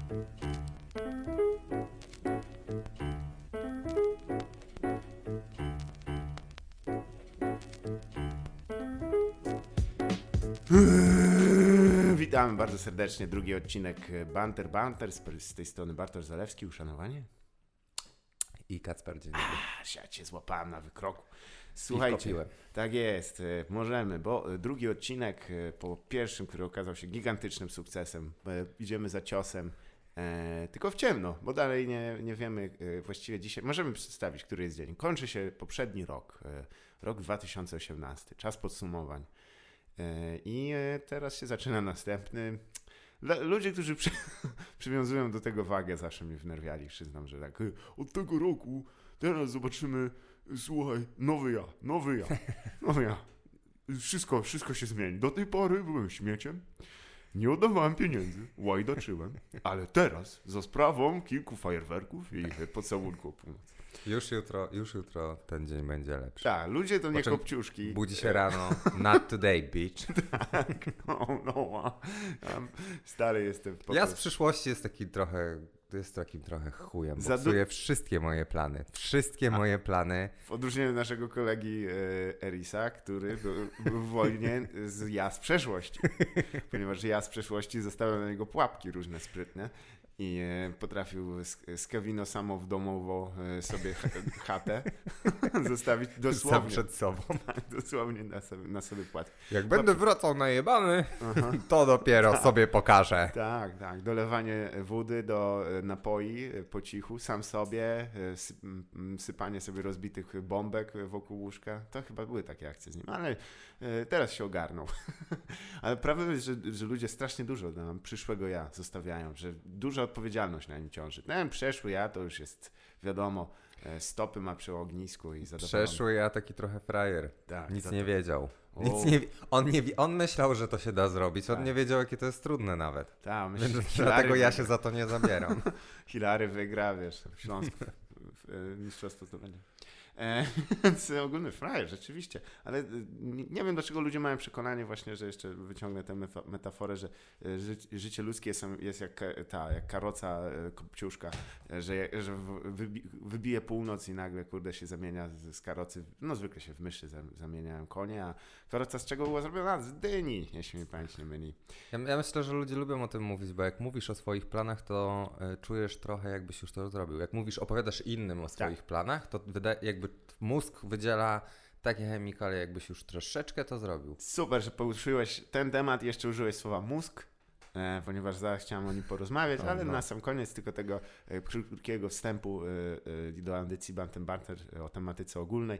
Witamy bardzo serdecznie, drugi odcinek Banter, z tej strony Bartosz Zalewski, uszanowanie. I Kacper, dzień dobry. Ja cię złapałem na wykroku. Słuchajcie, tak jest, możemy, bo drugi odcinek po pierwszym, który okazał się gigantycznym sukcesem, idziemy za ciosem, tylko w ciemno, bo dalej nie wiemy właściwie dzisiaj, możemy przedstawić, który jest dzień. Kończy się poprzedni rok, rok 2018, czas podsumowań. I teraz się zaczyna następny. Ludzie, którzy przywiązują do tego wagę, zawsze mnie wnerwiali. Przyznam, że tak, od tego roku teraz zobaczymy, słuchaj, nowy ja. Wszystko się zmieni. Do tej pory byłem śmieciem, nie oddawałem pieniędzy, łajdaczyłem, ale teraz za sprawą kilku fajerwerków i pocałunku o północy. Już jutro ten dzień będzie lepszy. Tak, ludzie to nie kopciuszki. Budzi się rano, not today, bitch. Tak, no. Stary jestem. Ja z przyszłości jest takim trochę chujem, bo psuję wszystkie moje plany. W odróżnieniu od naszego kolegi Erisa, który był w wojnie z ja z przeszłości. Ponieważ ja z przeszłości zostawiam na niego pułapki różne sprytne. I potrafił z Kevino samodomową sobie chatę zostawić dosłownie. Sam przed sobą. Dosłownie na sobie płatki. Jak będę wracał najebany, to dopiero sobie pokażę. Tak. Dolewanie wody do napoi po cichu, sam sobie, sypanie sobie rozbitych bombek wokół łóżka. To chyba były takie akcje z nim, ale teraz się ogarnął. Ale prawda jest, że ludzie strasznie dużo nam przyszłego ja zostawiają, że duża odpowiedzialność na nim ciąży. Ten przeszły ja to już jest, wiadomo, stopy ma przy ognisku i zadowolony. Przeszły ja taki trochę frajer. Tak, Nic nie wiedział. Nic On myślał, że to się da zrobić. On nie wiedział, jakie to jest trudne nawet. Tak, Dlatego ja się za to nie zabieram. Hilary wygra, wiesz, w Śląsku. Mistrzostwo to będzie. Więc ogólny frajer, rzeczywiście. Ale nie wiem, dlaczego ludzie mają przekonanie właśnie, że jeszcze wyciągnę tę metaforę, że życie ludzkie jest jak karoca kopciuszka, że wybije północ i nagle, się zamienia z karocy, no zwykle się w myszy zamieniają konie, a karoca z czego była zrobiona? Z dyni, jeśli mi pamięć nie myli. Ja myślę, że ludzie lubią o tym mówić, bo jak mówisz o swoich planach, to czujesz trochę, jakbyś już to zrobił. Jak opowiadasz innym o swoich planach, to jakby mózg wydziela takie chemikalia, jakbyś już troszeczkę to zrobił. Super, że poruszyłeś ten temat i jeszcze użyłeś słowa mózg, ponieważ zaraz chciałem o nim porozmawiać, ale na sam koniec tylko tego krótkiego wstępu do audycji Banter o tematyce ogólnej.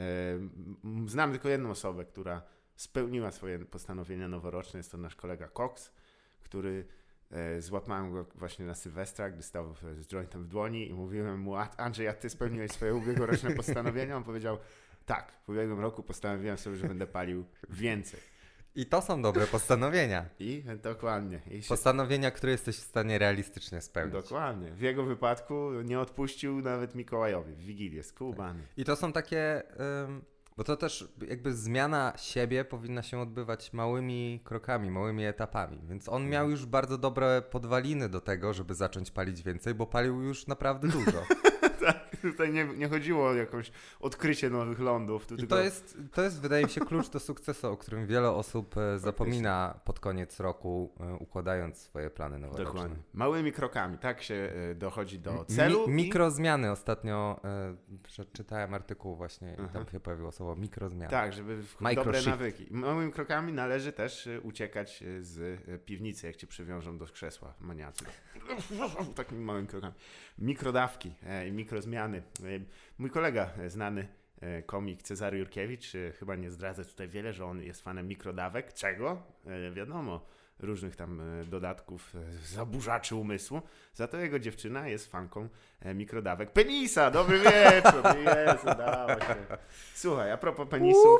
Znam tylko jedną osobę, która spełniła swoje postanowienia noworoczne. Jest to nasz kolega Cox, który złapałem go właśnie na Sylwestra, gdy stał z jointem w dłoni i mówiłem mu: Andrzej, a ty spełniłeś swoje ubiegłoroczne postanowienia? On powiedział: tak, w ubiegłym roku postanowiłem sobie, że będę palił więcej. I to są dobre postanowienia. I dokładnie. Postanowienia, które jesteś w stanie realistycznie spełnić. Dokładnie. W jego wypadku nie odpuścił nawet Mikołajowi w Wigilię, skubany. I to są takie... Bo to też jakby zmiana siebie powinna się odbywać małymi krokami, małymi etapami. Więc on miał już bardzo dobre podwaliny do tego, żeby zacząć palić więcej, bo palił już naprawdę dużo. Tak, tutaj nie chodziło o jakieś odkrycie nowych lądów. To jest, wydaje mi się, klucz do sukcesu, o którym wiele osób zapomina pod koniec roku, układając swoje plany noworoczne. Dokładnie. Małymi krokami, tak się dochodzi do celu. Mikrozmiany. Ostatnio przeczytałem artykuł właśnie i tam się pojawiło słowo mikrozmiany. Tak, żeby dobre nawyki. Małymi krokami należy też uciekać z piwnicy, jak cię przywiążą do krzesła maniacy. Takimi małymi krokami. Mikrodawki, mikrozmiany. Mój kolega, znany komik Cezary Jurkiewicz, chyba nie zdradza tutaj wiele, że on jest fanem mikrodawek. Czego? Wiadomo, różnych tam dodatków, zaburzaczy umysłu. Za to jego dziewczyna jest fanką mikrodawek penisa. Dobry wieczór. Jezu, dało się. Słuchaj, a propos penisów.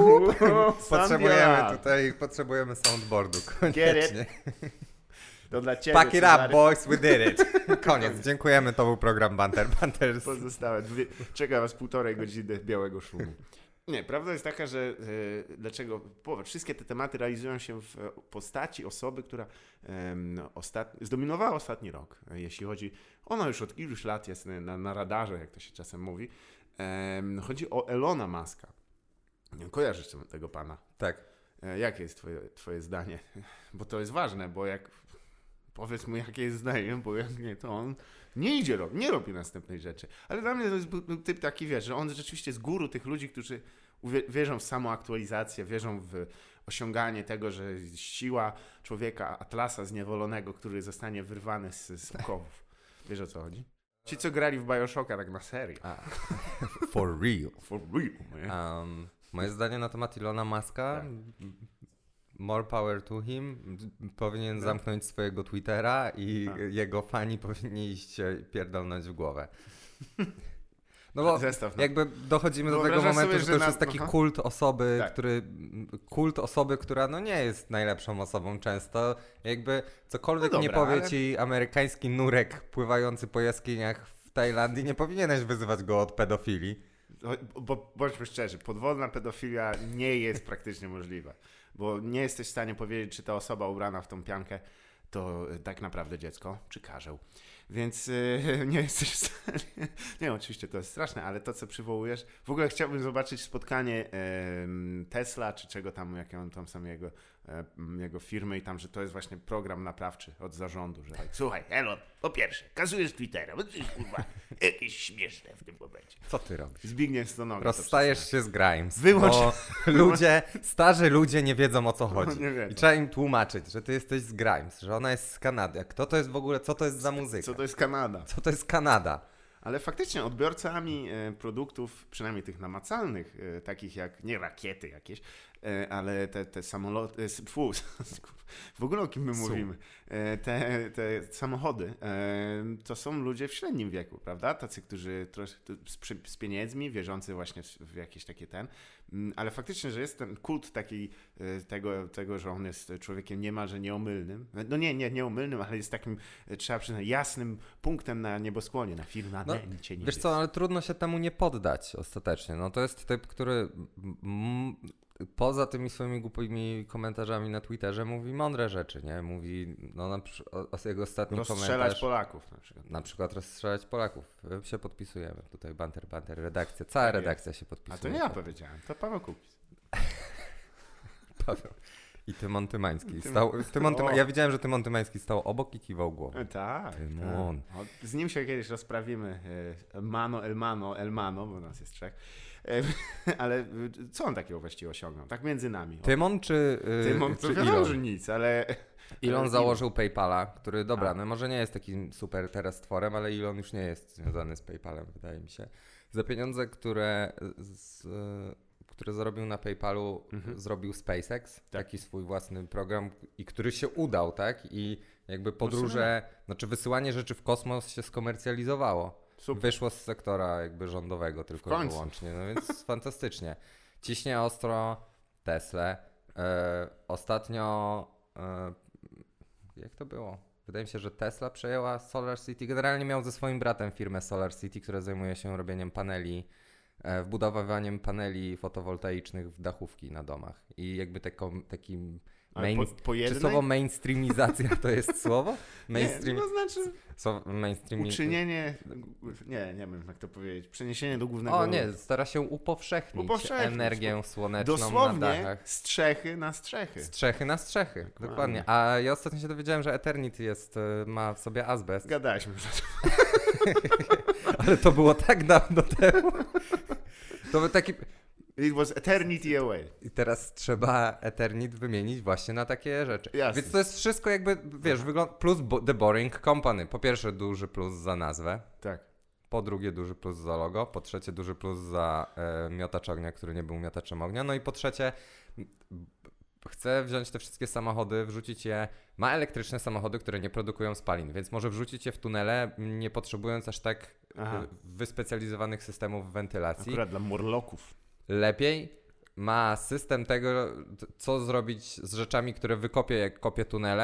Potrzebujemy soundboardu. Koniecznie. To dla ciebie, Pack it up, boys, we did it. Koniec, dziękujemy, to był program Banter. Pozostałe czeka was 1,5 godziny białego szumu. Nie, prawda jest taka, że dlaczego wszystkie te tematy realizują się w postaci osoby, która zdominowała ostatni rok, jeśli chodzi, ona już od iluś lat jest na radarze, jak to się czasem mówi, chodzi o Elona Muska. Kojarzysz tego pana? Tak. Jakie jest twoje zdanie? Bo to jest ważne, bo jak powiedz mu, jakie jest zdanie, bo jak nie, to on nie robi następnej rzeczy. Ale dla mnie to jest był typ taki, wiesz, że on rzeczywiście jest guru tych ludzi, którzy wierzą w samoaktualizację, wierzą w osiąganie tego, że siła człowieka, Atlasa zniewolonego, który zostanie wyrwany z okowów. Wiesz, o co chodzi? Ci, co grali w Bioshocka tak na serio. For real. For real, man. Moje zdanie na temat Elona Muska... Tak. More power to him. Powinien zamknąć swojego Twittera i jego fani powinni iść pierdolnąć w głowę. No bo jakby dochodzimy do tego momentu, że to już jest taki kult osoby, która no nie jest najlepszą osobą często. Jakby cokolwiek nie powie ci amerykański nurek pływający po jaskiniach w Tajlandii, nie powinieneś wyzywać go od pedofilii. Bo bądźmy szczerzy, podwodna pedofilia nie jest praktycznie możliwa. Bo nie jesteś w stanie powiedzieć, czy ta osoba ubrana w tą piankę to tak naprawdę dziecko, czy karzeł. Więc nie jesteś w stanie... Nie, oczywiście to jest straszne, ale to, co przywołujesz... W ogóle chciałbym zobaczyć spotkanie Tesla, czy czego tam, jakie on tam są jego firmy i tam, że to jest właśnie program naprawczy od zarządu, że tak, słuchaj, Elon, po pierwsze, kasujesz Twittera, bo to jest kurwa jakieś śmieszne w tym momencie. Co ty robisz? Zbigniew Stonoga. Rozstajesz się z Grimes, Wyłącz... bo starzy ludzie nie wiedzą, o co chodzi. I trzeba im tłumaczyć, że ty jesteś z Grimes, że ona jest z Kanady. Kto to jest w ogóle, co to jest za muzyka? Co to jest Kanada? Co to jest Kanada? Ale faktycznie odbiorcami produktów, przynajmniej tych namacalnych, takich jak, nie rakiety jakieś, ale te samoloty, w ogóle o kim my mówimy, te samochody, to są ludzie w średnim wieku, prawda? Tacy, którzy z pieniędzmi, wierzący właśnie w jakieś takie ale faktycznie, że jest ten kult taki tego, że on jest człowiekiem niemalże nieomylnym. No nie nieomylnym, ale jest takim, trzeba przyznać, jasnym punktem na nieboskłonie, na firmamencie. Wiesz co, ale trudno się temu nie poddać ostatecznie. No to jest typ, który poza tymi swoimi głupimi komentarzami na Twitterze mówi mądre rzeczy, nie? Mówi, no o jego ostatnim komentarz... Rozstrzelać Polaków na przykład. Na przykład rozstrzelać Polaków. Się podpisujemy. Tutaj Banter, redakcja, cała redakcja się podpisuje. A to nie ja powiedziałem, to Paweł Kukiz. Paweł. I Tymon Tymański. Ja widziałem, że Tymon Tymański stał obok i kiwał głową. Tak. Tymon. Tak. Z nim się kiedyś rozprawimy. Elmano, bo nas jest trzech. Ale co on takiego właściwie osiągnął? Tak między nami. Tymon czy Tymon to wiadomo, że nic, ale... Elon założył PayPala, który, no może nie jest takim super teraz tworem, ale Elon już nie jest związany z PayPalem, wydaje mi się. Za pieniądze, które zarobił na PayPalu, zrobił SpaceX, taki swój własny program, i który się udał, tak? I jakby podróże, znaczy wysyłanie rzeczy w kosmos się skomercjalizowało. Super. Wyszło z sektora jakby rządowego tylko i wyłącznie, no więc fantastycznie. Ciśnie ostro Teslę. Ostatnio, jak to było? Wydaje mi się, że Tesla przejęła SolarCity. Generalnie miał ze swoim bratem firmę SolarCity, która zajmuje się robieniem paneli, wbudowywaniem paneli fotowoltaicznych w dachówki na domach. I jakby takim... Czy słowo mainstreamizacja to jest słowo? Mainstream... Nie, to znaczy uczynienie... Nie wiem jak to powiedzieć. Przeniesienie do głównego... stara się upowszechnić energię słoneczną dosłownie na dachach. Strzechy na strzechy. Strzechy na strzechy, dokładnie. A ja ostatnio się dowiedziałem, że Eternity ma w sobie azbest. Gadaliśmy już o tym. Ale to było tak dawno temu. To był taki... It was eternity away. I teraz trzeba Eternit wymienić właśnie na takie rzeczy. Jasne. Więc to jest wszystko jakby, wiesz, plus The Boring Company. Po pierwsze duży plus za nazwę. Tak. Po drugie duży plus za logo. Po trzecie duży plus za miotacz ognia, który nie był miotaczem ognia. No i po trzecie chcę wziąć te wszystkie samochody, wrzucić je... Ma elektryczne samochody, które nie produkują spalin, więc może wrzucić je w tunele, nie potrzebując aż tak wyspecjalizowanych systemów wentylacji. Akurat dla murloków. Lepiej ma system tego, co zrobić z rzeczami, które wykopie, jak kopie tunele,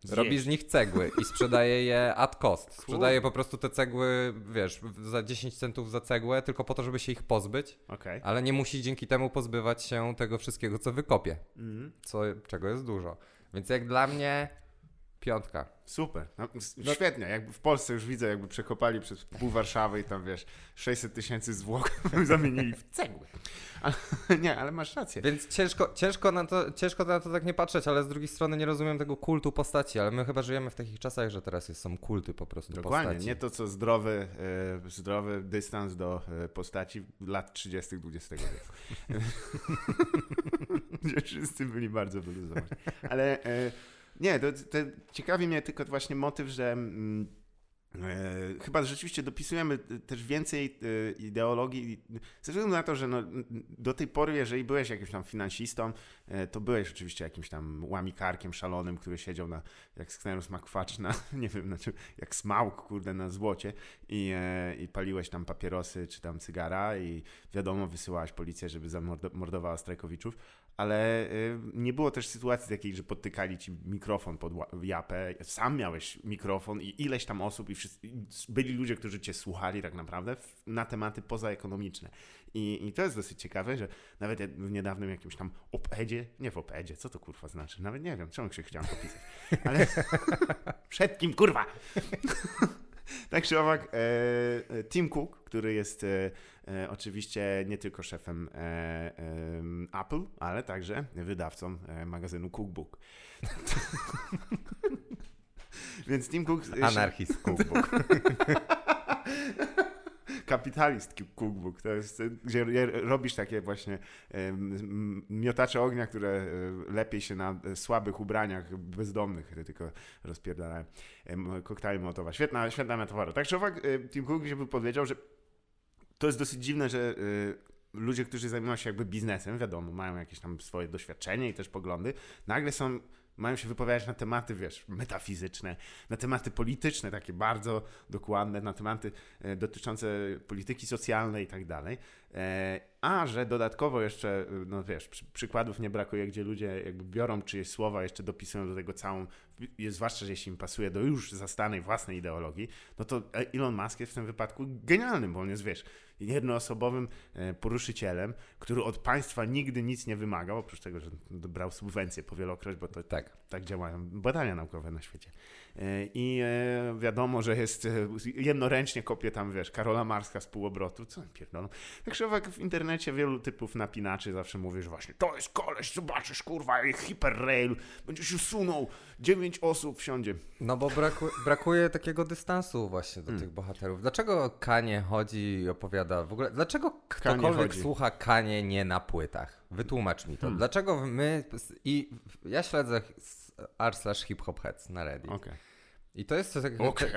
robi z nich cegły i sprzedaje je ad cost. Sprzedaje po prostu te cegły, wiesz, za 10 centów za cegłę, tylko po to, żeby się ich pozbyć, ale nie musi dzięki temu pozbywać się tego wszystkiego, co wykopie, czego jest dużo. Więc jak dla mnie 5. Super. No, świetnie. Jakby w Polsce już widzę, jakby przekopali przez pół Warszawy i tam, wiesz, 600 000 zwłok zamienili w cegły. Ale masz rację. Więc ciężko na to tak nie patrzeć, ale z drugiej strony nie rozumiem tego kultu postaci, ale my chyba żyjemy w takich czasach, że teraz są kulty po prostu Dokładnie. postaci. Nie to, co zdrowy dystans do postaci lat 30. XX wieku. Gdzie wszyscy byli bardzo wyluzowani. Ale nie, to ciekawi mnie tylko właśnie motyw, że chyba rzeczywiście dopisujemy też więcej ideologii, ze względu na to, że do tej pory, jeżeli byłeś jakimś tam finansistą, to byłeś oczywiście jakimś tam łamikarkiem szalonym, który siedział jak Sknerus McQuatch nie wiem, jak Smaug, kurde, na złocie i paliłeś tam papierosy czy tam cygara i wiadomo, wysyłałeś policję, żeby zamordowała strajkowiczów. Ale nie było też sytuacji takiej, że podtykali ci mikrofon pod japę, sam miałeś mikrofon i ileś tam osób i byli ludzie, którzy cię słuchali tak naprawdę na tematy pozaekonomiczne. I to jest dosyć ciekawe, że nawet w niedawnym jakimś tam op-edzie, co to kurwa znaczy? Nawet nie wiem, czemu się chciałem popisać. Ale przed kim kurwa? Tak czy owak, Tim Cook, który jest oczywiście nie tylko szefem Apple, ale także wydawcą magazynu Cookbook. Więc Tim Cook... Anarchist Cookbook. Kapitalist Cookbook, to jest, gdzie robisz takie właśnie miotacze ognia, które lepiej się na słabych ubraniach bezdomnych, które tylko rozpierdalają koktajl Mołotowa. Świetna metafora. Tak czy owak, Tim Cook by powiedział, że to jest dosyć dziwne, że ludzie, którzy zajmują się jakby biznesem, wiadomo, mają jakieś tam swoje doświadczenie i też poglądy, nagle mają się wypowiadać na tematy, wiesz, metafizyczne, na tematy polityczne, takie bardzo dokładne, na tematy dotyczące polityki socjalnej i tak dalej. A że dodatkowo jeszcze, no wiesz, przykładów nie brakuje, gdzie ludzie jakby biorą czyjeś słowa, jeszcze dopisują do tego całą, zwłaszcza, że jeśli im pasuje do już zastanej własnej ideologii, no to Elon Musk jest w tym wypadku genialnym, bo on jest, wiesz, jednoosobowym poruszycielem, który od państwa nigdy nic nie wymagał, oprócz tego, że brał subwencje powielokroć, bo to tak działają badania naukowe na świecie. I wiadomo, że jest jednoręcznie kopie tam, wiesz, Karola Marska z półobrotu, co pierdolą. Tak że w internecie wielu typów napinaczy zawsze mówi, że właśnie to jest koleś, zobaczysz, kurwa, hiperrail, będziesz usunął, 9 osób wsiądzie. No bo brakuje takiego dystansu właśnie do tych bohaterów. Dlaczego Kanye chodzi i opowiada w ogóle, dlaczego ktokolwiek słucha Kanye nie na płytach? Wytłumacz mi to. Dlaczego ja śledzę r/hiphopheads na Reddit. Okay. I to jest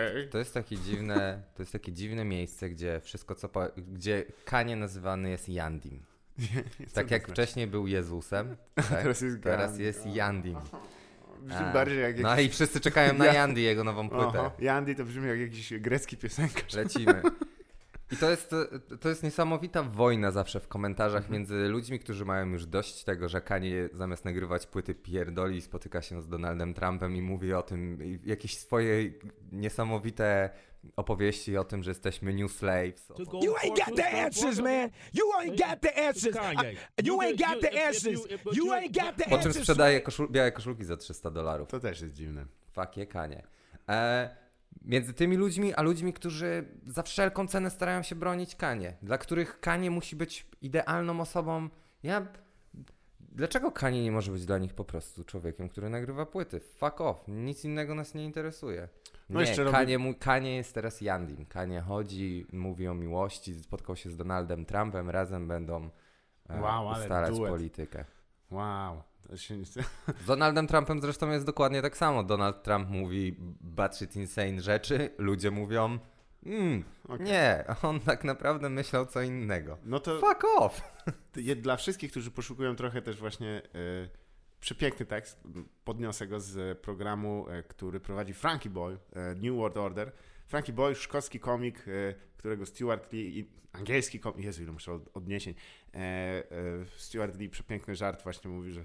takie dziwne miejsce, gdzie wszystko gdzie Kanye nazywany jest Yandim. Tak jak wcześniej był Jezusem, tak? Teraz jest Yandim. Brzmi bardziej jak No i wszyscy czekają na Yandy, jego nową płytę. Yandy to brzmi jak jakiś grecki piosenkarz. Lecimy. I to jest niesamowita wojna zawsze w komentarzach między ludźmi, którzy mają już dość tego, że Kanye zamiast nagrywać płyty pierdoli i spotyka się z Donaldem Trumpem i mówi o tym, jakieś swoje niesamowite opowieści o tym, że jesteśmy new slaves. You ain't got the answers, man. You ain't got the answers. You ain't got the answers. You ain't got the answers. Po czym sprzedaje białe koszulki za $300. To też jest dziwne. Fuck je, Kanye. Między tymi ludźmi, a ludźmi, którzy za wszelką cenę starają się bronić Kanye, dla których Kanye musi być idealną osobą. Dlaczego Kanye nie może być dla nich po prostu człowiekiem, który nagrywa płyty? Fuck off. Nic innego nas nie interesuje. No Nie, Kanye jest teraz Yandim. Kanye chodzi, mówi o miłości, spotkał się z Donaldem Trumpem, razem będą ustalać politykę. Wow. Z Donaldem Trumpem zresztą jest dokładnie tak samo. Donald Trump mówi batshit insane rzeczy, ludzie mówią nie, on tak naprawdę myślał co innego. No to fuck off! Dla wszystkich, którzy poszukują trochę też właśnie przepiękny tekst, podniosę go z programu, który prowadzi Frankie Boy, New World Order. Frankie Boy, szkocki komik, którego Stuart Lee, angielski komik, Jezu, ile muszę odniesień, Stuart Lee, przepiękny żart właśnie mówi, że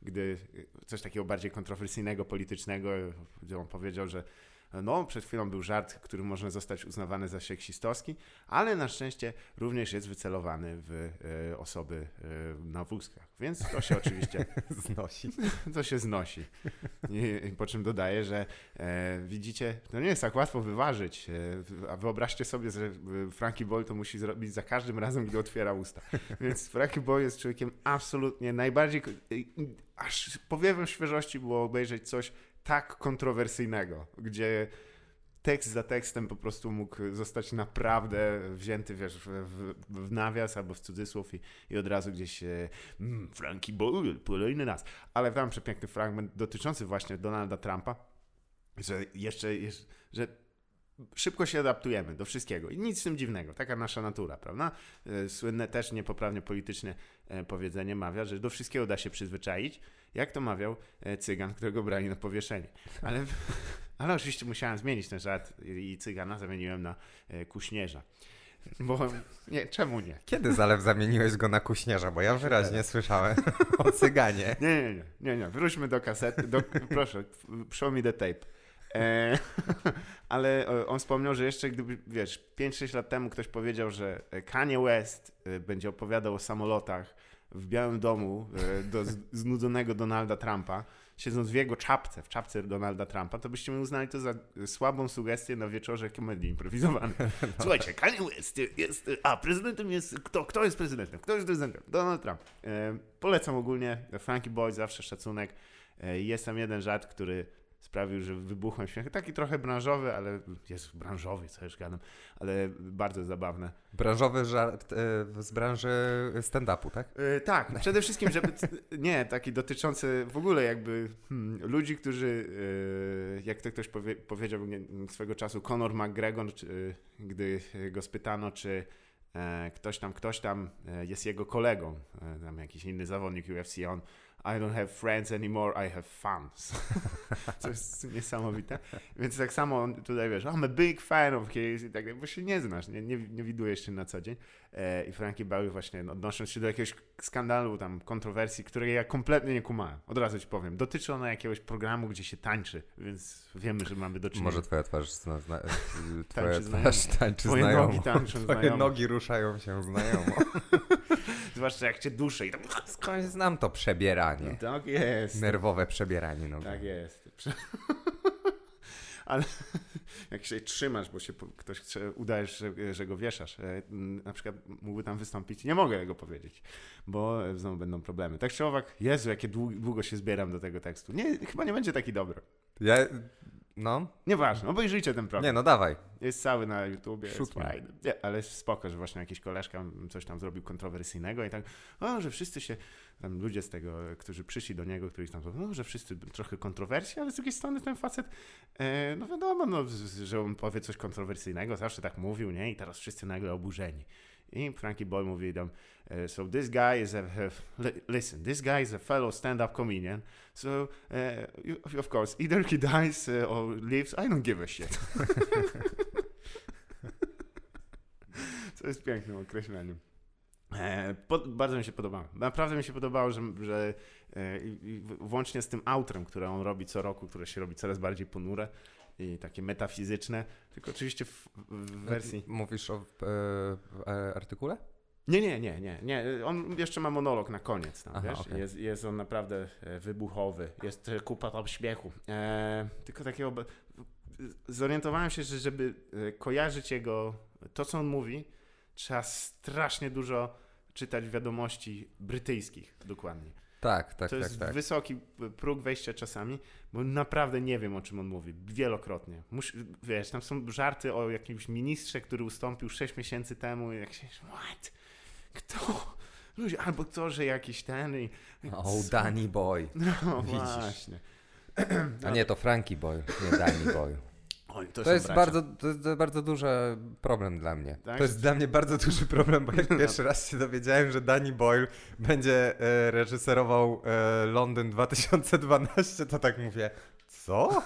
gdy coś takiego bardziej kontrowersyjnego, politycznego, gdzie on powiedział, że no, przed chwilą był żart, który może zostać uznawany za seksistowski, ale na szczęście również jest wycelowany w osoby na wózkach, więc to się oczywiście znosi. To się znosi. I po czym dodaję, że widzicie, to nie jest tak łatwo wyważyć, a wyobraźcie sobie, że Frankie Boyle to musi zrobić za każdym razem, gdy otwiera usta. Więc Frankie Boyle jest człowiekiem absolutnie najbardziej, aż powiewem świeżości było obejrzeć coś tak kontrowersyjnego, gdzie tekst za tekstem po prostu mógł zostać naprawdę wzięty, wiesz, w nawias albo w cudzysłów i od razu gdzieś Frankie Boyle, kolejny raz. Ale tam przepiękny fragment dotyczący właśnie Donalda Trumpa, że szybko się adaptujemy do wszystkiego i nic z tym dziwnego, taka nasza natura, prawda? Słynne też niepoprawnie polityczne powiedzenie mawia, że do wszystkiego da się przyzwyczaić, jak to mawiał Cygan, którego brali na powieszenie. Ale oczywiście musiałem zmienić ten żart i Cygana zamieniłem na kuśnierza. Bo nie, czemu nie? Kiedy Zalew zamieniłeś go na kuśnierza? Bo ja wyraźnie słyszałem o Cyganie. Nie. Wróćmy do kasety. Proszę, show me the tape. Ale on wspomniał, że jeszcze gdyby, wiesz, 5-6 lat temu ktoś powiedział, że Kanye West będzie opowiadał o samolotach w Białym Domu do znudzonego Donalda Trumpa, siedząc w jego czapce, w czapce Donalda Trumpa, to byście mi uznali to za słabą sugestię na wieczorze komedii improwizowanej. Słuchajcie, Kanye West jest... prezydentem jest... Kto jest prezydentem? Kto jest prezydentem? Donald Trump. Polecam ogólnie. Frankie Boyle, zawsze szacunek. Jest tam jeden żart, który sprawił, że wybuchłem śmiechem. Taki trochę branżowy, ale jest branżowy, co już gadam, ale bardzo zabawne. Branżowy żart z branży stand-upu, tak? Tak, przede wszystkim, żeby... Nie, taki dotyczący w ogóle jakby ludzi, którzy, jak to ktoś powiedział swego czasu, Conor McGregor, gdy go spytano, czy ktoś tam jest jego kolegą, tam jakiś inny zawodnik UFC, on I don't have friends anymore, I have fun. Co jest niesamowite. Więc tak samo on tutaj, wiesz, I'm a big fan of his i tak, bo się nie znasz, nie widujesz się na co dzień. I Frankie Boyle właśnie odnosząc się do jakiegoś skandalu, tam kontrowersji, której ja kompletnie nie kumałem. Od razu ci powiem. Dotyczy ona jakiegoś programu, gdzie się tańczy, więc wiemy, że mamy do czynienia. Może twoja twarz tańczy Twoje znajomo. nogi tańczą Twoje znajomo. nogi ruszają się znajomo. Zwłaszcza jak cię duszę i tam... Skądś znam to przebieranie. Tak jest. Nerwowe przebieranie nogi. Tak jest. Ale jak się trzymasz, bo się ktoś chce, udajesz, że go wieszasz. Na przykład mógłby tam wystąpić. Nie mogę tego powiedzieć, bo znowu będą problemy. Tak czy owak, Jezu, jakie długo się zbieram do tego tekstu. Chyba nie będzie taki dobry. No. Nieważne, obejrzyjcie ten program. Nie, no dawaj. Jest cały na YouTubie, jest fajny. Nie, ale spoko, że właśnie jakiś koleżka coś tam zrobił kontrowersyjnego i tak, że wszyscy się, tam ludzie z tego, którzy przyszli do niego, których tam, że wszyscy trochę kontrowersji, ale z drugiej strony ten facet, no wiadomo, że on powie coś kontrowersyjnego, zawsze tak mówił, nie? I teraz wszyscy nagle oburzeni. I Frankie Boyle mówi tam, so this guy is listen, this guy is a fellow stand-up comedian, so of course, either he dies or lives, I don't give a shit. Co jest pięknym określeniem. Bardzo mi się podobało. Naprawdę mi się podobało, że włącznie z tym outrem, które on robi co roku, które się robi coraz bardziej ponure i takie metafizyczne, tylko oczywiście w wersji... Mówisz o artykule? Nie. On jeszcze ma monolog na koniec tam, wiesz? Okay. Jest on naprawdę wybuchowy. Jest kupa tam śmiechu. Tylko takiego... Zorientowałem się, że żeby kojarzyć to, co on mówi, trzeba strasznie dużo czytać wiadomości brytyjskich dokładnie. Tak. To jest wysoki próg wejścia czasami, bo naprawdę nie wiem, o czym on mówi. Wielokrotnie. Wiesz, tam są żarty o jakimś ministrze, który ustąpił 6 miesięcy temu i jak się... What? Kto? Ludzie, albo to, że jakiś ten i... Danny Boy. No widzisz. Właśnie. A nie, to Frankie Boyle, nie Danny Boyle. Oj, to jest bardzo duży problem dla mnie. Tak? To jest dla mnie bardzo duży problem, bo jak pierwszy raz się dowiedziałem, że Danny Boyle będzie reżyserował Londyn 2012, to tak mówię, co?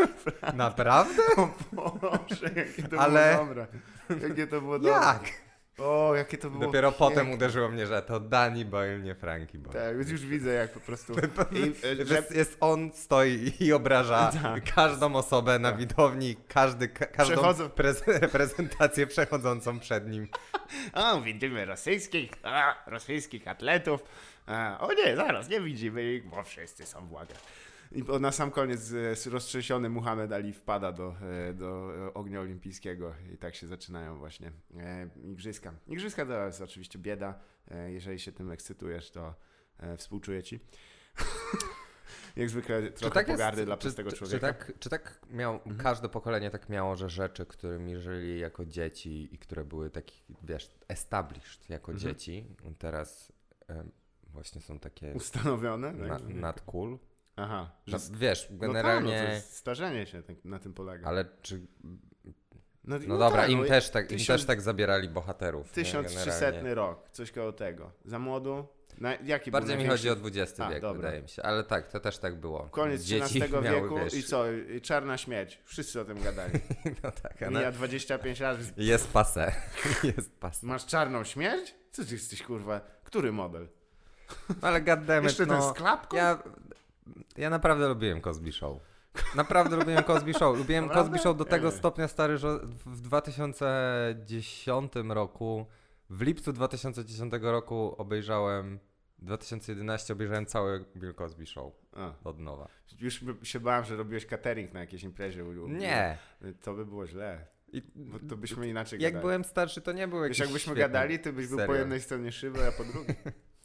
Naprawdę? O Boże, jakie to było dobre. Jakie to było dobre. Jak? O, jakie to było Dopiero piękne. potem uderzyło mnie, że to Danny Boyle, nie Frankie Boyle. Tak, więc już widzę jak po prostu... Jest on, stoi i obraża każdą osobę na widowni, każdą reprezentację przechodzącą przed nim. O, widzimy rosyjskich atletów. O nie, zaraz, nie widzimy ich, bo wszyscy są w łagach. I na sam koniec roztrzęsiony Muhammad Ali wpada do ognia olimpijskiego i tak się zaczynają właśnie igrzyska. Igrzyska to jest oczywiście bieda. Jeżeli się tym ekscytujesz, to współczuję ci. Jak zwykle trochę pogardy dla prostego człowieka. Czy tak miał, każde pokolenie tak miało, że rzeczy, którymi żyli jako dzieci i które były takie, wiesz, established jako dzieci, teraz właśnie są takie ustanowione? Not cool. Aha. Że, wiesz, generalnie... No to jest starzenie się na tym polega. Ale czy... No dobra, tak, im też tak zabierali bohaterów. 1300 rok, coś koło tego. Za młodu? Jaki bardziej był mi chodzi o XX wiek, dobra. wydaje mi się. Ale tak, to też tak było. Koniec Dzieci XIII wieku wiesz... i co? I czarna śmierć. Wszyscy o tym gadali. No tak, Mija 25 lat. Jest passé. Jest passé. Masz czarną śmierć? Co ty jesteś, kurwa? Który model? Ale goddammit, jeszcze ten z klapką? Ja naprawdę lubiłem Cosby Show. Naprawdę lubiłem Cosby Show. Lubiłem Cosby Show do tego stopnia, stary, że w 2010 roku, w lipcu 2010 roku obejrzałem 2011 obejrzałem cały Bill Cosby Show od nowa. Już się bałem, że robiłeś catering na jakiejś imprezie. Nie. To by było źle. Bo to byśmy inaczej Jak gadali. byłem starszy, to nie było jakieś jakbyśmy gadali, to byś był po jednej stronie szyby, a po drugiej.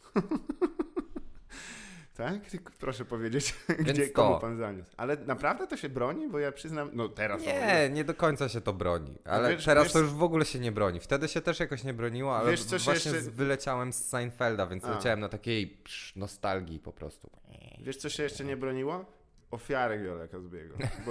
Tak? Proszę powiedzieć, komu pan zaniósł. Ale naprawdę to się broni? Bo ja przyznam, no teraz... Nie do końca się to broni. Ale teraz to już w ogóle się nie broni. Wtedy się też jakoś nie broniło, ale właśnie wyleciałem z Seinfelda, więc leciałem na takiej nostalgii po prostu. Wiesz, co się jeszcze nie broniło? Ofiary Billa Cosby'ego. Bo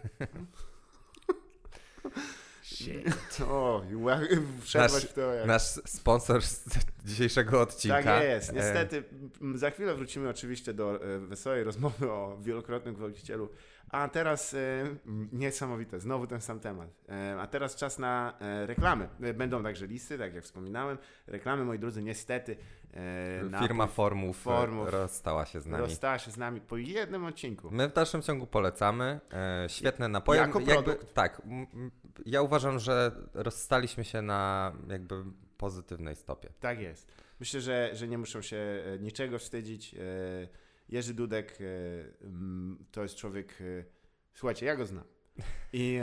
wszedłeś w to. Nasz sponsor z dzisiejszego odcinka. Tak jest. Niestety, za chwilę wrócimy oczywiście do wesołej rozmowy o wielokrotnym gwałcicielu. A teraz niesamowite, znowu ten sam temat. A teraz czas na reklamy. Będą także listy, tak jak wspominałem. Reklamy, moi drodzy, niestety. Firma Formów rozstała się z nami. Rozstała się z nami po jednym odcinku. My w dalszym ciągu polecamy. Świetne napoje. Jako produkt. Tak. Ja uważam, że rozstaliśmy się na jakby pozytywnej stopie. Tak jest. Myślę, że nie muszą się niczego wstydzić. Jerzy Dudek to jest człowiek... Słuchajcie, ja go znam. I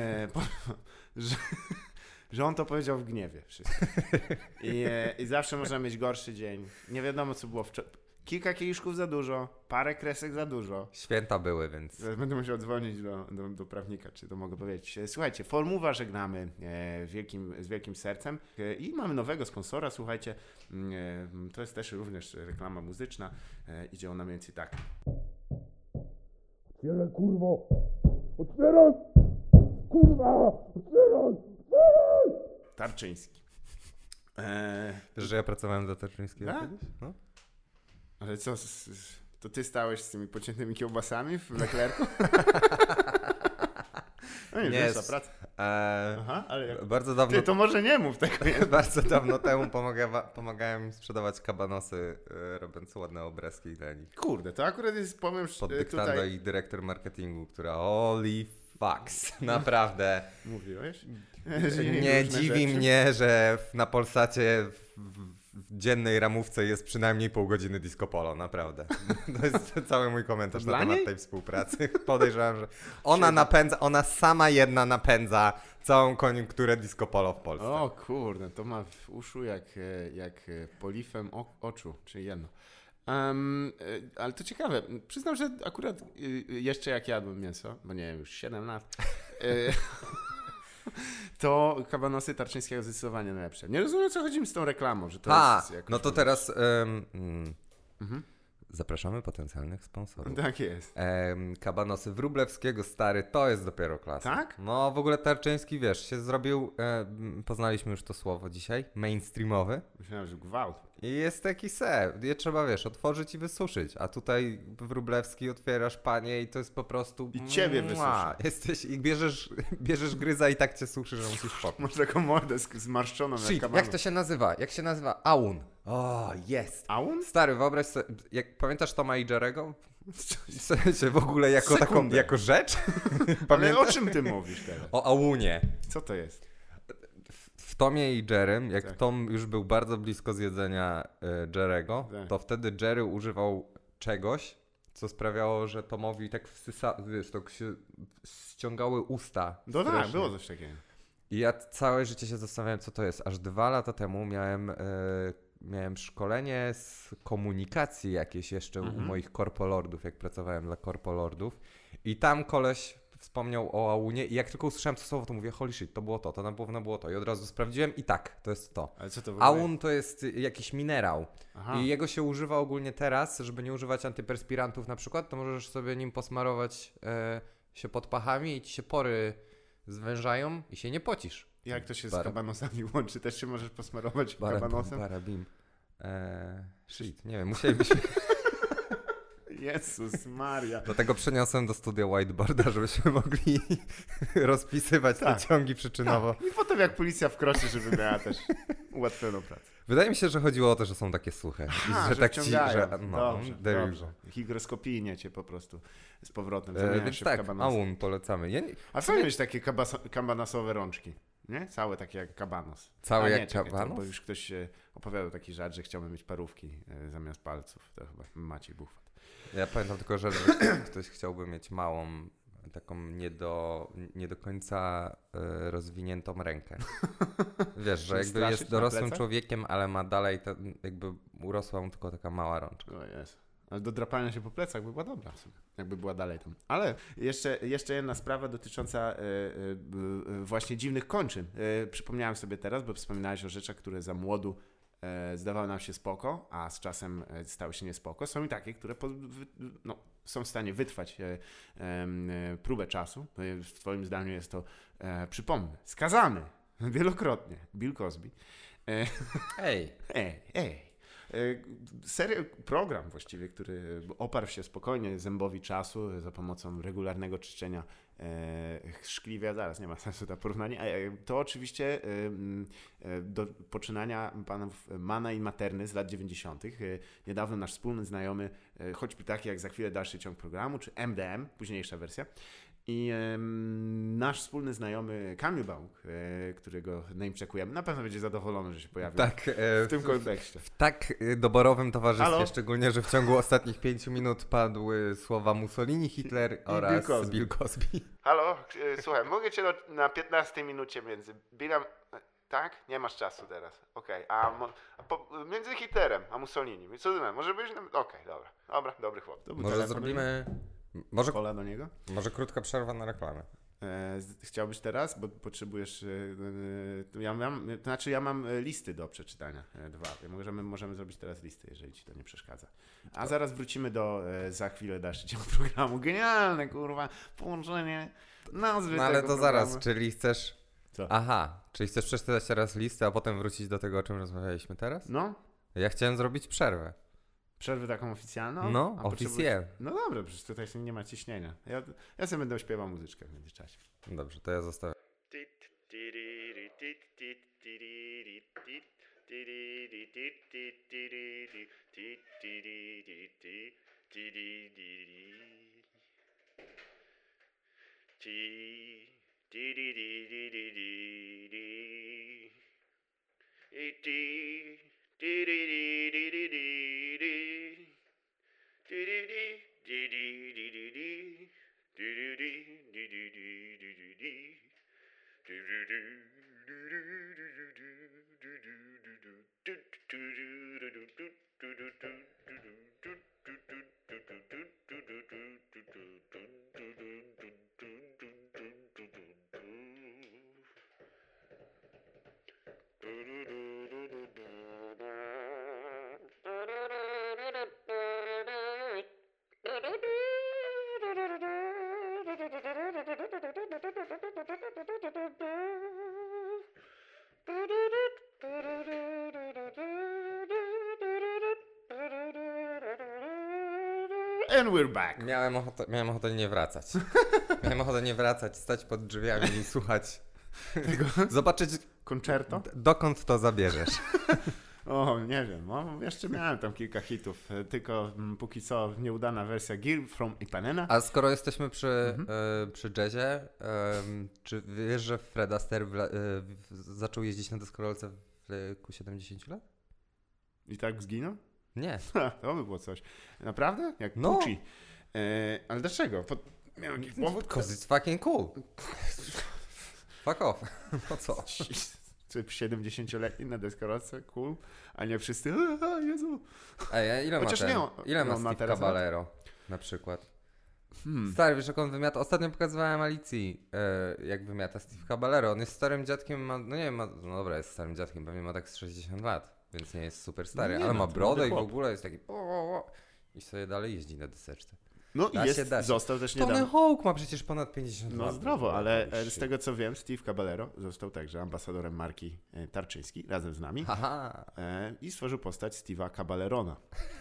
że on to powiedział w gniewie wszystko. I zawsze można mieć gorszy dzień. Nie wiadomo, co było wczoraj. Kilka kieliszków za dużo, parę kresek za dużo. Święta były, więc... Będę musiał dzwonić do prawnika, czy to mogę powiedzieć. Słuchajcie, Formuła żegnamy z wielkim sercem i mamy nowego sponsora, słuchajcie. To jest też również reklama muzyczna. Idzie ona mniej więcej tak. Otwieraj, kurwo! Otwieraj! Kurwa! Otwieraj! Tarczyński. Wiesz, że ja pracowałem dla Tarczyńskiego kiedyś? No. Ale co, to ty stałeś z tymi pociętymi kiełbasami w Leclercu? No nie, wiesz, praca. Aha, ale jak... Bardzo dawno... Ty, to może nie mów tego. Bardzo dawno temu pomagałem im sprzedawać kabanosy, robiąc ładne obrazki dla nich. Kurde, to akurat jest, powiem pod dyktando tutaj... ich dyrektor marketingu, która holy fucks, naprawdę. Mówiłeś? Nie dziwi mnie, że na Polsacie w dziennej ramówce jest przynajmniej pół godziny disco polo, naprawdę. To jest cały mój komentarz na temat tej współpracy. Podejrzewam, że ona sama jedna napędza całą koniunkturę disco polo w Polsce. O kurde, to ma w uszu jak polifem oczu, czy jedno. Ale to ciekawe, przyznam, że akurat jeszcze jak jadłem mięso, bo nie wiem, już 7 lat, to kabanosy Tarczyńskiego zdecydowanie najlepsze. Nie rozumiem, co chodzi mi z tą reklamą, że to jest jakoś... No to teraz zapraszamy potencjalnych sponsorów. Tak jest. Kabanosy Wróblewskiego, stary, to jest dopiero klasa. Tak? No w ogóle Tarczyński, wiesz, się zrobił, poznaliśmy już to słowo dzisiaj, mainstreamowy. Myślałem, że gwałt. I jest taki je trzeba, wiesz, otworzyć i wysuszyć, a tutaj Wróblewski otwierasz, panie, i to jest po prostu... I ciebie wysusza. Jesteś i bierzesz gryza i tak cię suszy, że musisz popić. Masz taką mordę zmarszczoną jak kabanos. Jak to się nazywa? Jak się nazywa? Aun. O, jest. Aun? Stary, wyobraź sobie, pamiętasz Toma i Jerego? W sensie w ogóle jako rzecz? Ale o czym ty mówisz teraz? O Aunie. Co to jest? W Tomie i Jerrym, jak Tak. Tom już był bardzo blisko zjedzenia Jerego, Tak. to wtedy Jerry używał czegoś, co sprawiało, że Tomowi tak wiesz, tak się ściągały usta. No tak, strasznie. było coś takiego. I ja całe życie się zastanawiałem, co to jest. Aż 2 lata temu miałem szkolenie z komunikacji jakieś jeszcze u moich korpolordów, jak pracowałem dla korpolordów. I tam koleś wspomniał o Aunie i jak tylko usłyszałem to słowo, to mówię, holy shit, to było to, to na pewno było to. I od razu sprawdziłem i tak, to jest to. Ale co to w ogóle? Aun to jest jakiś minerał. Aha. I jego się używa ogólnie teraz, żeby nie używać antyperspirantów na przykład, to możesz sobie nim posmarować się pod pachami i ci się pory zwężają i się nie pocisz. Jak to się z kabanosami łączy? Też się możesz posmarować kabanosem? Barabim. Shit, nie wiem, musielibyśmy... Jezus Maria. Dlatego przeniosłem do studia whiteboarda, żebyśmy mogli rozpisywać te ciągi przyczynowo. Tak. I potem jak policja wkroczy, żeby miała też ułatwioną pracę. Wydaje mi się, że chodziło o to, że są takie suche. Że tak że dobrze, there dobrze. Higroskopijnie cię po prostu z powrotem. więc tak, Aun polecamy. A fajnie mieć takie kabanosowe rączki, nie? Całe takie jak kabanos. Całe jak kabanos? Bo już ktoś opowiadał taki żart, że chciałby mieć parówki zamiast palców. To chyba Maciej Buchwat. Ja pamiętam tylko, że ktoś chciałby mieć małą, taką nie do końca rozwiniętą rękę. Wiesz, że jakby jest dorosłym człowiekiem, ale ma dalej, jakby urosła mu tylko taka mała rączka. O jest. Ale do drapania się po plecach by była dobra sobie, jakby była dalej tam. Ale jeszcze jedna sprawa dotycząca właśnie dziwnych kończyn. Przypomniałem sobie teraz, bo wspominałeś o rzeczach, które za młodu zdawały nam się spoko, a z czasem stały się niespoko. Są i takie, które są w stanie wytrwać próbę czasu. W twoim zdaniu jest to, przypomnę, skazany wielokrotnie Bill Cosby. Ej. Program właściwie, który oparł się spokojnie zębowi czasu za pomocą regularnego czyszczenia szkliwia, zaraz nie ma sensu to porównanie, to oczywiście do poczynania panów Mana i Materny z lat 90. Niedawno nasz wspólny znajomy, choćby taki jak za chwilę dalszy ciąg programu, czy MDM, późniejsza wersja, i nasz wspólny znajomy Kamil Bałk, którego namecheckujemy, na pewno będzie zadowolony, że się pojawił w tym kontekście. W tak doborowym towarzystwie, Halo? Szczególnie, że w ciągu ostatnich 5 minut padły słowa Mussolini, Hitler oraz Bill Cosby. Halo, słuchaj, mogę cię na 15 minucie między Billem... Tak? Nie masz czasu teraz. Okej. Między Hitlerem a Mussolini. Co ty może być? Okej, dobra, dobry chłop. Może zrobimy... Kola do niego? Może krótka przerwa na reklamę. Chciałbyś teraz? Bo potrzebujesz... ja mam listy do przeczytania. 2. Możemy zrobić teraz listy, jeżeli ci to nie przeszkadza. A zaraz wrócimy do za chwilę dalszy ciąg programu. Genialne, kurwa, połączenie nazwy ale tego to programu. zaraz, czyli chcesz... Co? Aha, czyli chcesz przeczytać teraz listę, a potem wrócić do tego, o czym rozmawialiśmy teraz? No. Ja chciałem zrobić przerwę. Przerwę taką oficjalną? No, oficjalnie. No dobra, przecież tutaj nie ma ciśnienia. Ja sobie będę śpiewał muzyczkę w międzyczasie. Dobrze, to ja zostawię. And we're back. Miałem ochotę nie wracać. Miałem ochotę nie wracać, stać pod drzwiami i słuchać. Zobaczyć Concerto? Dokąd to zabierzesz. O, nie wiem, jeszcze miałem tam kilka hitów, tylko póki co nieudana wersja Gear from Ipanema. A skoro jesteśmy przy jazzie, czy wiesz, że Fred Astaire zaczął jeździć na deskorolce w wieku 70 lat? I tak zginął? Nie. To by było coś. Naprawdę? Jak No. Pucci. Ale dlaczego? Miał jakiś powód? Because it's fucking cool. Fuck off. Po co? Czy 70-letni na deskorolce? Cool. A nie wszyscy, Jezu. Ej, ile Chociaż ma Steve teraz Caballero na przykład? Stary, wiesz jak on wymiata? Ostatnio pokazywałem Alicji, jak wymiata Steve Caballero. On jest starym dziadkiem, no dobra, jest starym dziadkiem, pewnie ma tak z 60 lat, więc nie jest super stary, ale ma brodę i w ogóle jest taki i sobie dalej jeździ na deseczce. No i został też niedawno. Tony Hawk ma przecież ponad 50 lat. No zdrowo, ale z tego co wiem, Steve Caballero został także ambasadorem marki Tarczyński razem z nami. I stworzył postać Steve'a Caballerona.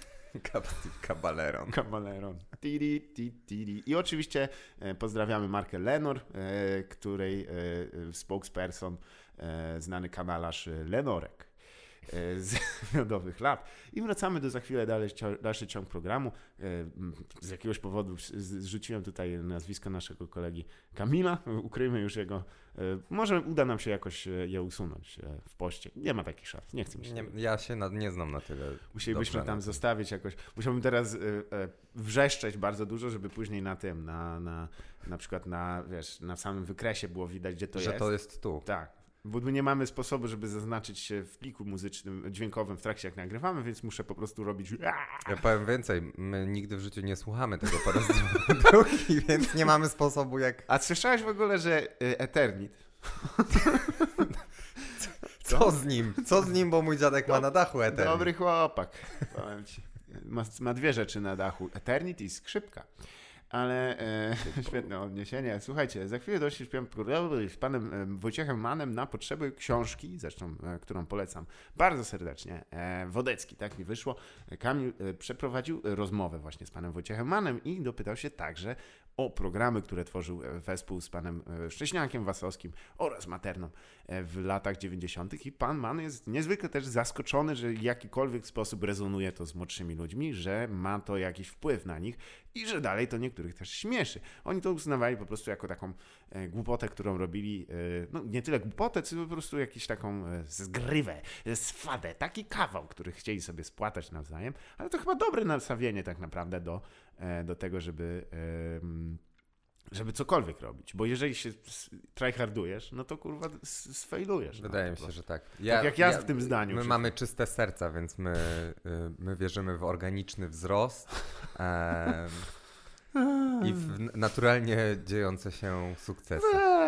Caballeron. I oczywiście pozdrawiamy markę Lenor, której spokesperson znany kanalarz Lenorek z miodowych lat. I wracamy za chwilę dalszy ciąg programu. Z jakiegoś powodu zrzuciłem tutaj nazwisko naszego kolegi Kamila. Ukryjmy już jego. Może uda nam się jakoś je usunąć w poście. Nie ma takich szans. Nie chcę mi się. Ja się nie znam na tyle. Musielibyśmy tam zostawić jakoś. Musiałbym teraz wrzeszczeć bardzo dużo, żeby później na tym, na przykład na samym wykresie było widać, gdzie to jest. Że to jest tu. Tak. Bo my nie mamy sposobu, żeby zaznaczyć się w pliku muzycznym, dźwiękowym w trakcie jak nagrywamy, więc muszę po prostu robić... Ja powiem więcej, my nigdy w życiu nie słuchamy tego po raz drugi, więc nie mamy sposobu jak... A słyszałeś w ogóle, że Eternit? Co z nim? Co z nim, bo mój dziadek ma na dachu Eternit. Dobry chłopak, powiem ci. Ma dwie rzeczy na dachu, Eternit i skrzypka. Ale świetne odniesienie. Słuchajcie, za chwilę doszliśmy z panem Wojciechem Mannem na potrzeby książki, zresztą którą polecam bardzo serdecznie. Wodecki, tak mi wyszło. Kamil przeprowadził rozmowę właśnie z panem Wojciechem Mannem i dopytał się także o programy, które tworzył wespół z panem Szcześniakiem Wasowskim oraz Materną w latach 90. I pan Mann jest niezwykle też zaskoczony, że w jakikolwiek sposób rezonuje to z młodszymi ludźmi, że ma to jakiś wpływ na nich i że dalej to niektórych też śmieszy. Oni to uznawali po prostu jako taką głupotę, którą robili, no nie tyle głupotę, co po prostu jakąś taką zgrywę, swadę, taki kawał, który chcieli sobie spłatać nawzajem, ale to chyba dobre nastawienie tak naprawdę do tego, żeby cokolwiek robić, bo jeżeli się tryhardujesz, no to kurwa sfejlujesz. Wydaje mi się, że tak. Tak jak ja w tym zdaniu. My mamy czyste serca, więc my wierzymy w organiczny wzrost i w naturalnie dziejące się sukcesy.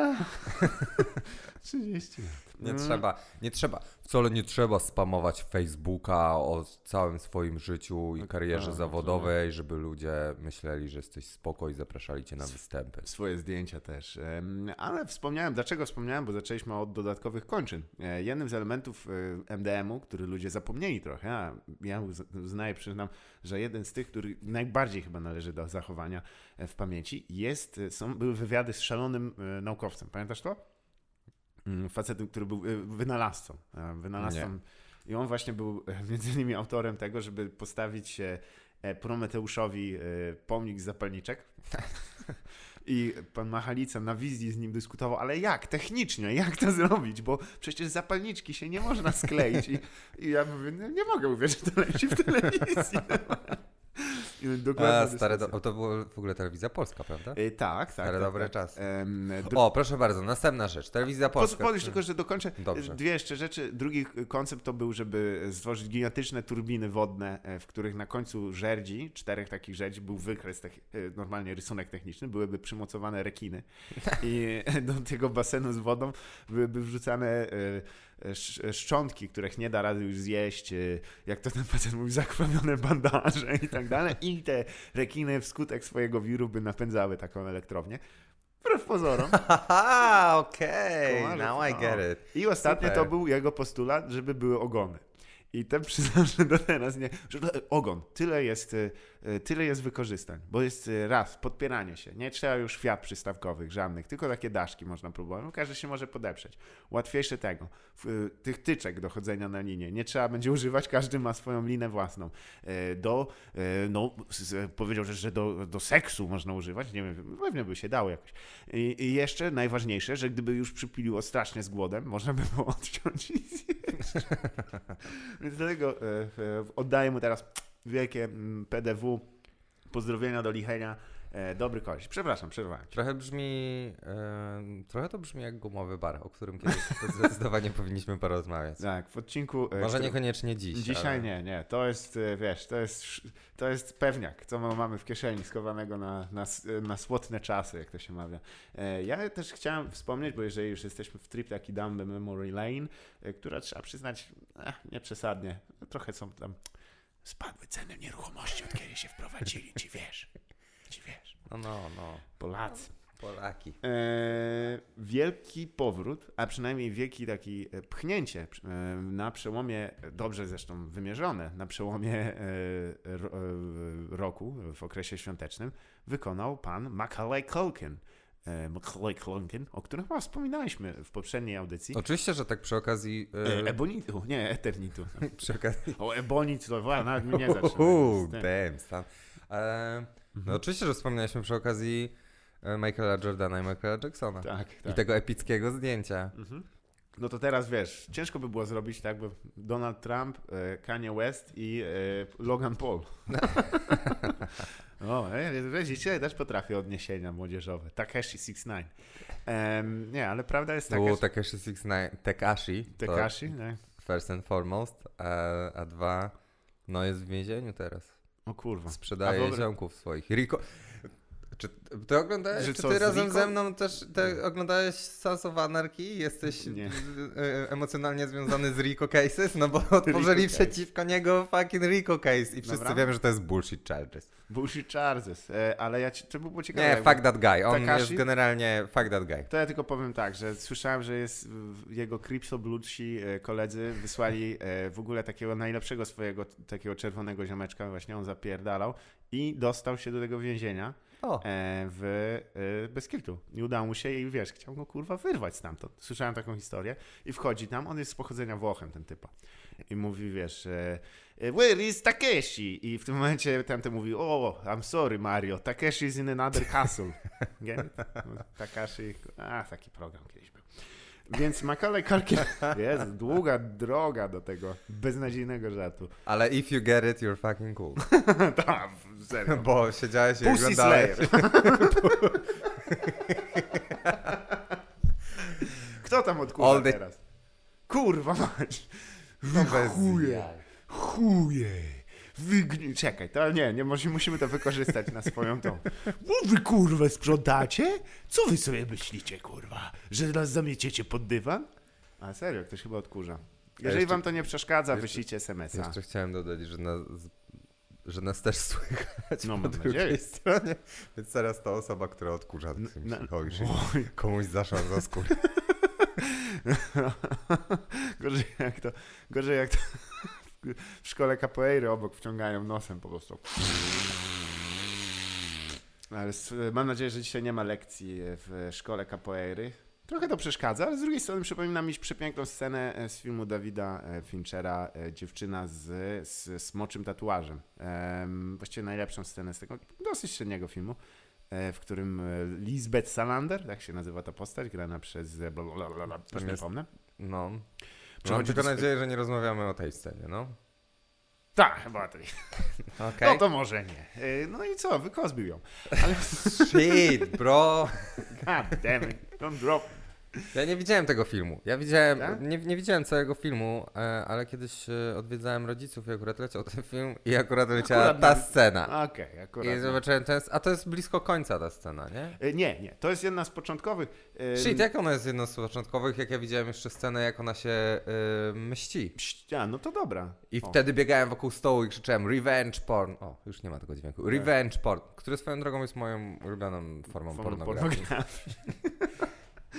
30 lat. Wcale nie trzeba spamować Facebooka o całym swoim życiu i karierze zawodowej, żeby ludzie myśleli, że jesteś spoko i zapraszali cię na występy. Swoje zdjęcia też. Ale dlaczego wspomniałem? Bo zaczęliśmy od dodatkowych kończyn. Jednym z elementów MDM-u, który ludzie zapomnieli trochę, ja uznaję, przyznam, że jeden z tych, który najbardziej chyba należy do zachowania w pamięci, były wywiady z szalonym naukowcem. Pamiętasz to? Facetem, który był wynalazcą. I on właśnie był między innymi autorem tego, żeby postawić Prometeuszowi pomnik z zapalniczek. I pan Machalica na wizji z nim dyskutował, ale technicznie, jak to zrobić, bo przecież zapalniczki się nie można skleić. I ja mówię, nie mogę uwierzyć, że to leci w telewizji. To była w ogóle Telewizja Polska, prawda? Tak. Stare dobre czasy. Proszę bardzo, następna rzecz. Telewizja Polska. Pozwolisz tylko, że dokończę. Dobrze. Dwie jeszcze rzeczy. Drugi koncept to był, żeby stworzyć gigantyczne turbiny wodne, w których na końcu żerdzi, 4 takich żerdzi, był wykres, normalnie rysunek techniczny, byłyby przymocowane rekiny i do tego basenu z wodą byłyby wrzucane szczątki, których nie da rady już zjeść, jak to ten facet mówi, zakrwawione bandaże i tak dalej. I te rekiny wskutek swojego wiru by napędzały taką elektrownię. Wbrew pozorom. Okej, now I get it. I ostatnie to był jego postulat, żeby były ogony. I ten przyznał, że do teraz nie, że ogon, tyle jest wykorzystań, bo jest raz, podpieranie się, nie trzeba już fiat przystawkowych żadnych, tylko takie daszki można próbować, każdy się może podeprzeć. Łatwiejsze tego, tych tyczek do chodzenia na linię, nie trzeba będzie używać, każdy ma swoją linę własną. Powiedział, że do seksu można używać, nie wiem, pewnie by się dało jakoś. I jeszcze najważniejsze, że gdyby już przypiliło strasznie z głodem, można by było odciąć i zjeść. Więc dlatego oddaję mu teraz wielkie PDW, pozdrowienia do Lichenia, dobry koleś. Przepraszam, przerwałem. Trochę to brzmi jak gumowy bar, o którym kiedyś zdecydowanie powinniśmy porozmawiać. Tak, w odcinku... Może niekoniecznie dziś. Dzisiaj ale... nie. To jest, wiesz, to jest pewniak, co my mamy w kieszeni schowanego na słodne czasy, jak to się mawia. Ja też chciałem wspomnieć, bo jeżeli już jesteśmy w trip taki down the memory lane, która trzeba przyznać, nie przesadnie, trochę są tam... Spadły ceny nieruchomości, od kiedy się wprowadzili, ci wiesz. No. Polaki. Wielki powrót, a przynajmniej wielki taki pchnięcie na przełomie, dobrze zresztą wymierzone, na przełomie roku, w okresie świątecznym, wykonał pan Macaulay Culkin, o którym chyba wspominaliśmy w poprzedniej audycji. Oczywiście, że tak przy okazji... Ebonitu, nie, Eternitu. Przy okazji... O Ebonit to nawet mnie nie zaczyna. No oczywiście, że wspominaliśmy przy okazji Michaela Jordana i Michaela Jacksona. Tak. I tego epickiego zdjęcia. No to teraz wiesz, ciężko by było zrobić tak, bo Donald Trump, Kanye West i Logan Paul. Dzisiaj też potrafię odniesienia młodzieżowe. Takeshi 69. Nie, ale prawda jest taka... Takeshi 69, Tekashi, nie? First and foremost, a dwa, no jest w więzieniu teraz. O kurwa. Sprzedaje ziomków swoich. Rico... Czy ty oglądałeś, że czy co, ty razem Rico? ze mną też oglądałeś Sons of Anarchy? Jesteś emocjonalnie związany z Rico Cases? No bo otworzyli przeciwko niego fucking Rico Case i wszyscy wiemy, że to jest bullshit charges. Bullshit charges, ale to było ciekawe. Nie, fuck that guy. On Takashi? jest generalnie fuck that guy. To ja tylko powiem tak, że słyszałem, że jest jego Cripso-Bludsi koledzy wysłali w ogóle takiego najlepszego swojego takiego czerwonego ziomeczka, właśnie on zapierdalał i dostał się do tego więzienia. Bez kiltu. Nie udało mu się i wiesz, chciał go kurwa wyrwać stamtąd. Słyszałem taką historię i wchodzi tam, on jest z pochodzenia Włochem, ten typa. I mówi, wiesz, where is Takeshi? I w tym momencie tamten mówi, I'm sorry Mario, Takeshi is in another castle. Takashi, taki program kiedyś był. Więc Macaulay Culkin, jest długa droga do tego beznadziejnego żartu. Ale if you get it, you're fucking cool. Tak, serio. Bo siedziałeś i Pussy oglądałeś. Kto tam odkurza teraz? Kurwa mać. Chuje. Czekaj, to nie, musimy to wykorzystać na swoją tą. Bo wy kurwa sprzątacie? Co wy sobie myślicie, kurwa? Że nas zamieciecie pod dywan? A serio, ktoś chyba odkurza. Jeżeli wam to nie przeszkadza, wyślijcie SMS-a. Jeszcze chciałem dodać, że nas też słychać no, po drugiej stronie. Więc teraz ta osoba, która odkurza, komuś zaszła za skórę. Gorzej jak to w szkole capoeiry obok wciągają nosem po prostu. Ale mam nadzieję, że dzisiaj nie ma lekcji w szkole capoeiry. Trochę to przeszkadza, ale z drugiej strony przypomina mi przepiękną scenę z filmu Davida Finchera, dziewczyna z smoczym tatuażem. Właściwie najlepszą scenę z tego dosyć średniego filmu, w którym Lisbeth Salander, tak się nazywa ta postać, grana przez już nie pomnę. No. Mam tylko nadzieję, że nie rozmawiamy o tej scenie, no. Tak, chyba tej. Okay. No to może nie. No i co, wykozbił ją. Ale... Shit, bro. God damn it, don't drop. Ja nie widziałem tego filmu. Ja widziałem, tak? nie widziałem całego filmu, ale kiedyś odwiedzałem rodziców i akurat leciał ten film i akurat leciała ta scena. Okej, akurat. I zobaczyłem, a to jest blisko końca ta scena, nie? Nie. To jest jedna z początkowych. Shit, jak ona jest jedną z początkowych, jak ja widziałem jeszcze scenę, jak ona się mści. No to dobra. I wtedy biegałem wokół stołu i krzyczałem revenge porn. O, już nie ma tego dźwięku. Revenge porn, który swoją drogą jest moją ulubioną formą pornografii.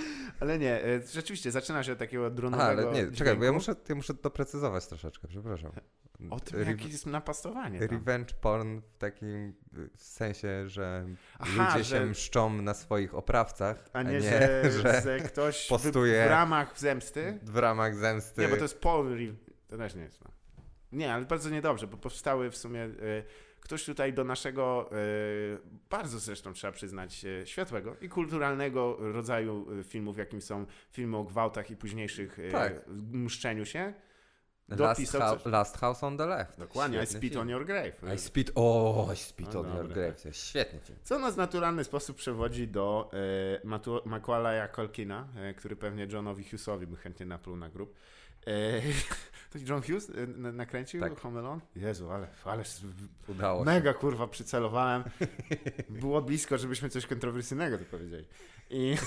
Ale nie, rzeczywiście zaczyna się od takiego dronowego ale nie, czekaj, bo ja muszę doprecyzować troszeczkę, przepraszam. O tym, jakie jest napastowanie. Revenge porn w takim sensie, że ludzie się mszczą na swoich oprawcach, a nie, że ktoś postuje w ramach zemsty. W ramach zemsty. Nie, bo to jest to też nie jest. No. Nie, ale bardzo niedobrze, bo powstały w sumie ktoś tutaj do naszego, bardzo zresztą trzeba przyznać, światłego i kulturalnego rodzaju filmów, jakim są filmy o gwałtach i późniejszych mszczeniu się. Last House on the Left. Dokładnie, I Spit on Your Grave. I Spit on Your Grave, to jest świetny film. Co nas w naturalny sposób przewodzi do Macaulaya Culkina, który pewnie Johnowi Hughesowi by chętnie napluł na grób. To John Hughes nakręcił Home Alone? Jezu, ale udało się. Mega kurwa przycelowałem. Było blisko, żebyśmy coś kontrowersyjnego tu powiedzieli. I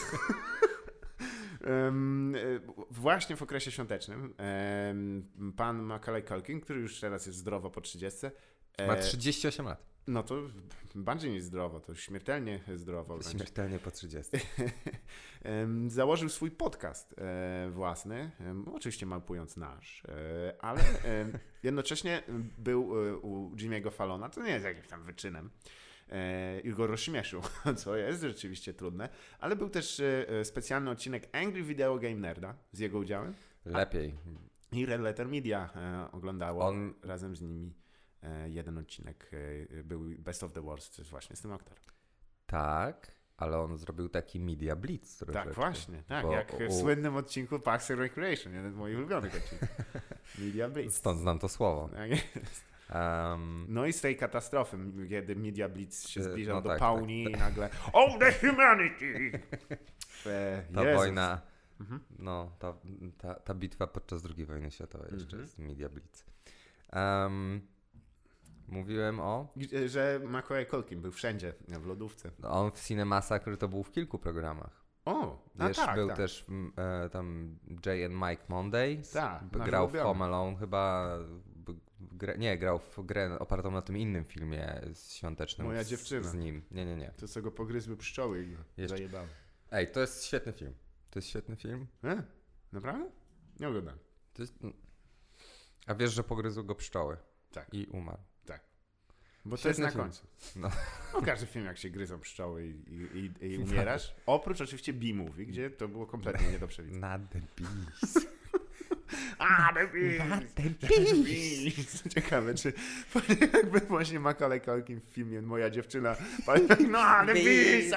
właśnie w okresie świątecznym pan Macaulay Culkin, który już teraz jest zdrowo po 30. Ma 38 lat. No to bardziej niż zdrowo, to śmiertelnie zdrowo. Śmiertelnie po 30. Założył swój podcast własny, oczywiście małpując nasz, ale jednocześnie był u Jimmy'ego Fallona, to nie jest jakimś tam wyczynem, i go rozśmieszył, co jest rzeczywiście trudne, ale był też specjalny odcinek Angry Video Game Nerda z jego udziałem. Lepiej. I Red Letter Media oglądało razem z nimi jeden odcinek, był Best of the Worst właśnie z tym aktorem. Tak, ale on zrobił taki Media Blitz troszeczkę. Tak, właśnie, tak, jak w słynnym odcinku Parks and Recreation, jeden z moich ulubionych odcinków. Media Blitz. Stąd znam to słowo. Tak jest. No i z tej katastrofy, kiedy Media Blitz się zbliżał do Pauni i nagle oh, the humanity! Ta wojna, no ta bitwa podczas II wojny światowej jeszcze jest Media Blitz. Mówiłem że Macaulay Culkin był wszędzie, w lodówce. On w Cinemasacre to był w kilku programach. Był też tam Jay and Mike Monday. Grał w Home Alone chyba. Grał w grę opartą na tym innym filmie świątecznym. Moja dziewczyna. Z nim. Nie. To co go pogryzły pszczoły i zajebały. Ej, to jest świetny film. Naprawdę? Nie oglądam. A wiesz, że pogryzły go pszczoły? Tak. I umarł. Tak. Bo świetny to jest na końcu. No. Każdy film, jak się gryzą pszczoły i umierasz. Oprócz oczywiście B-Movie, gdzie to było kompletnie nie do przewidzenia. Not the bees. The bees. Ciekawe, czy jakby właśnie Macaulay Culkin w filmie Moja dziewczyna the bees.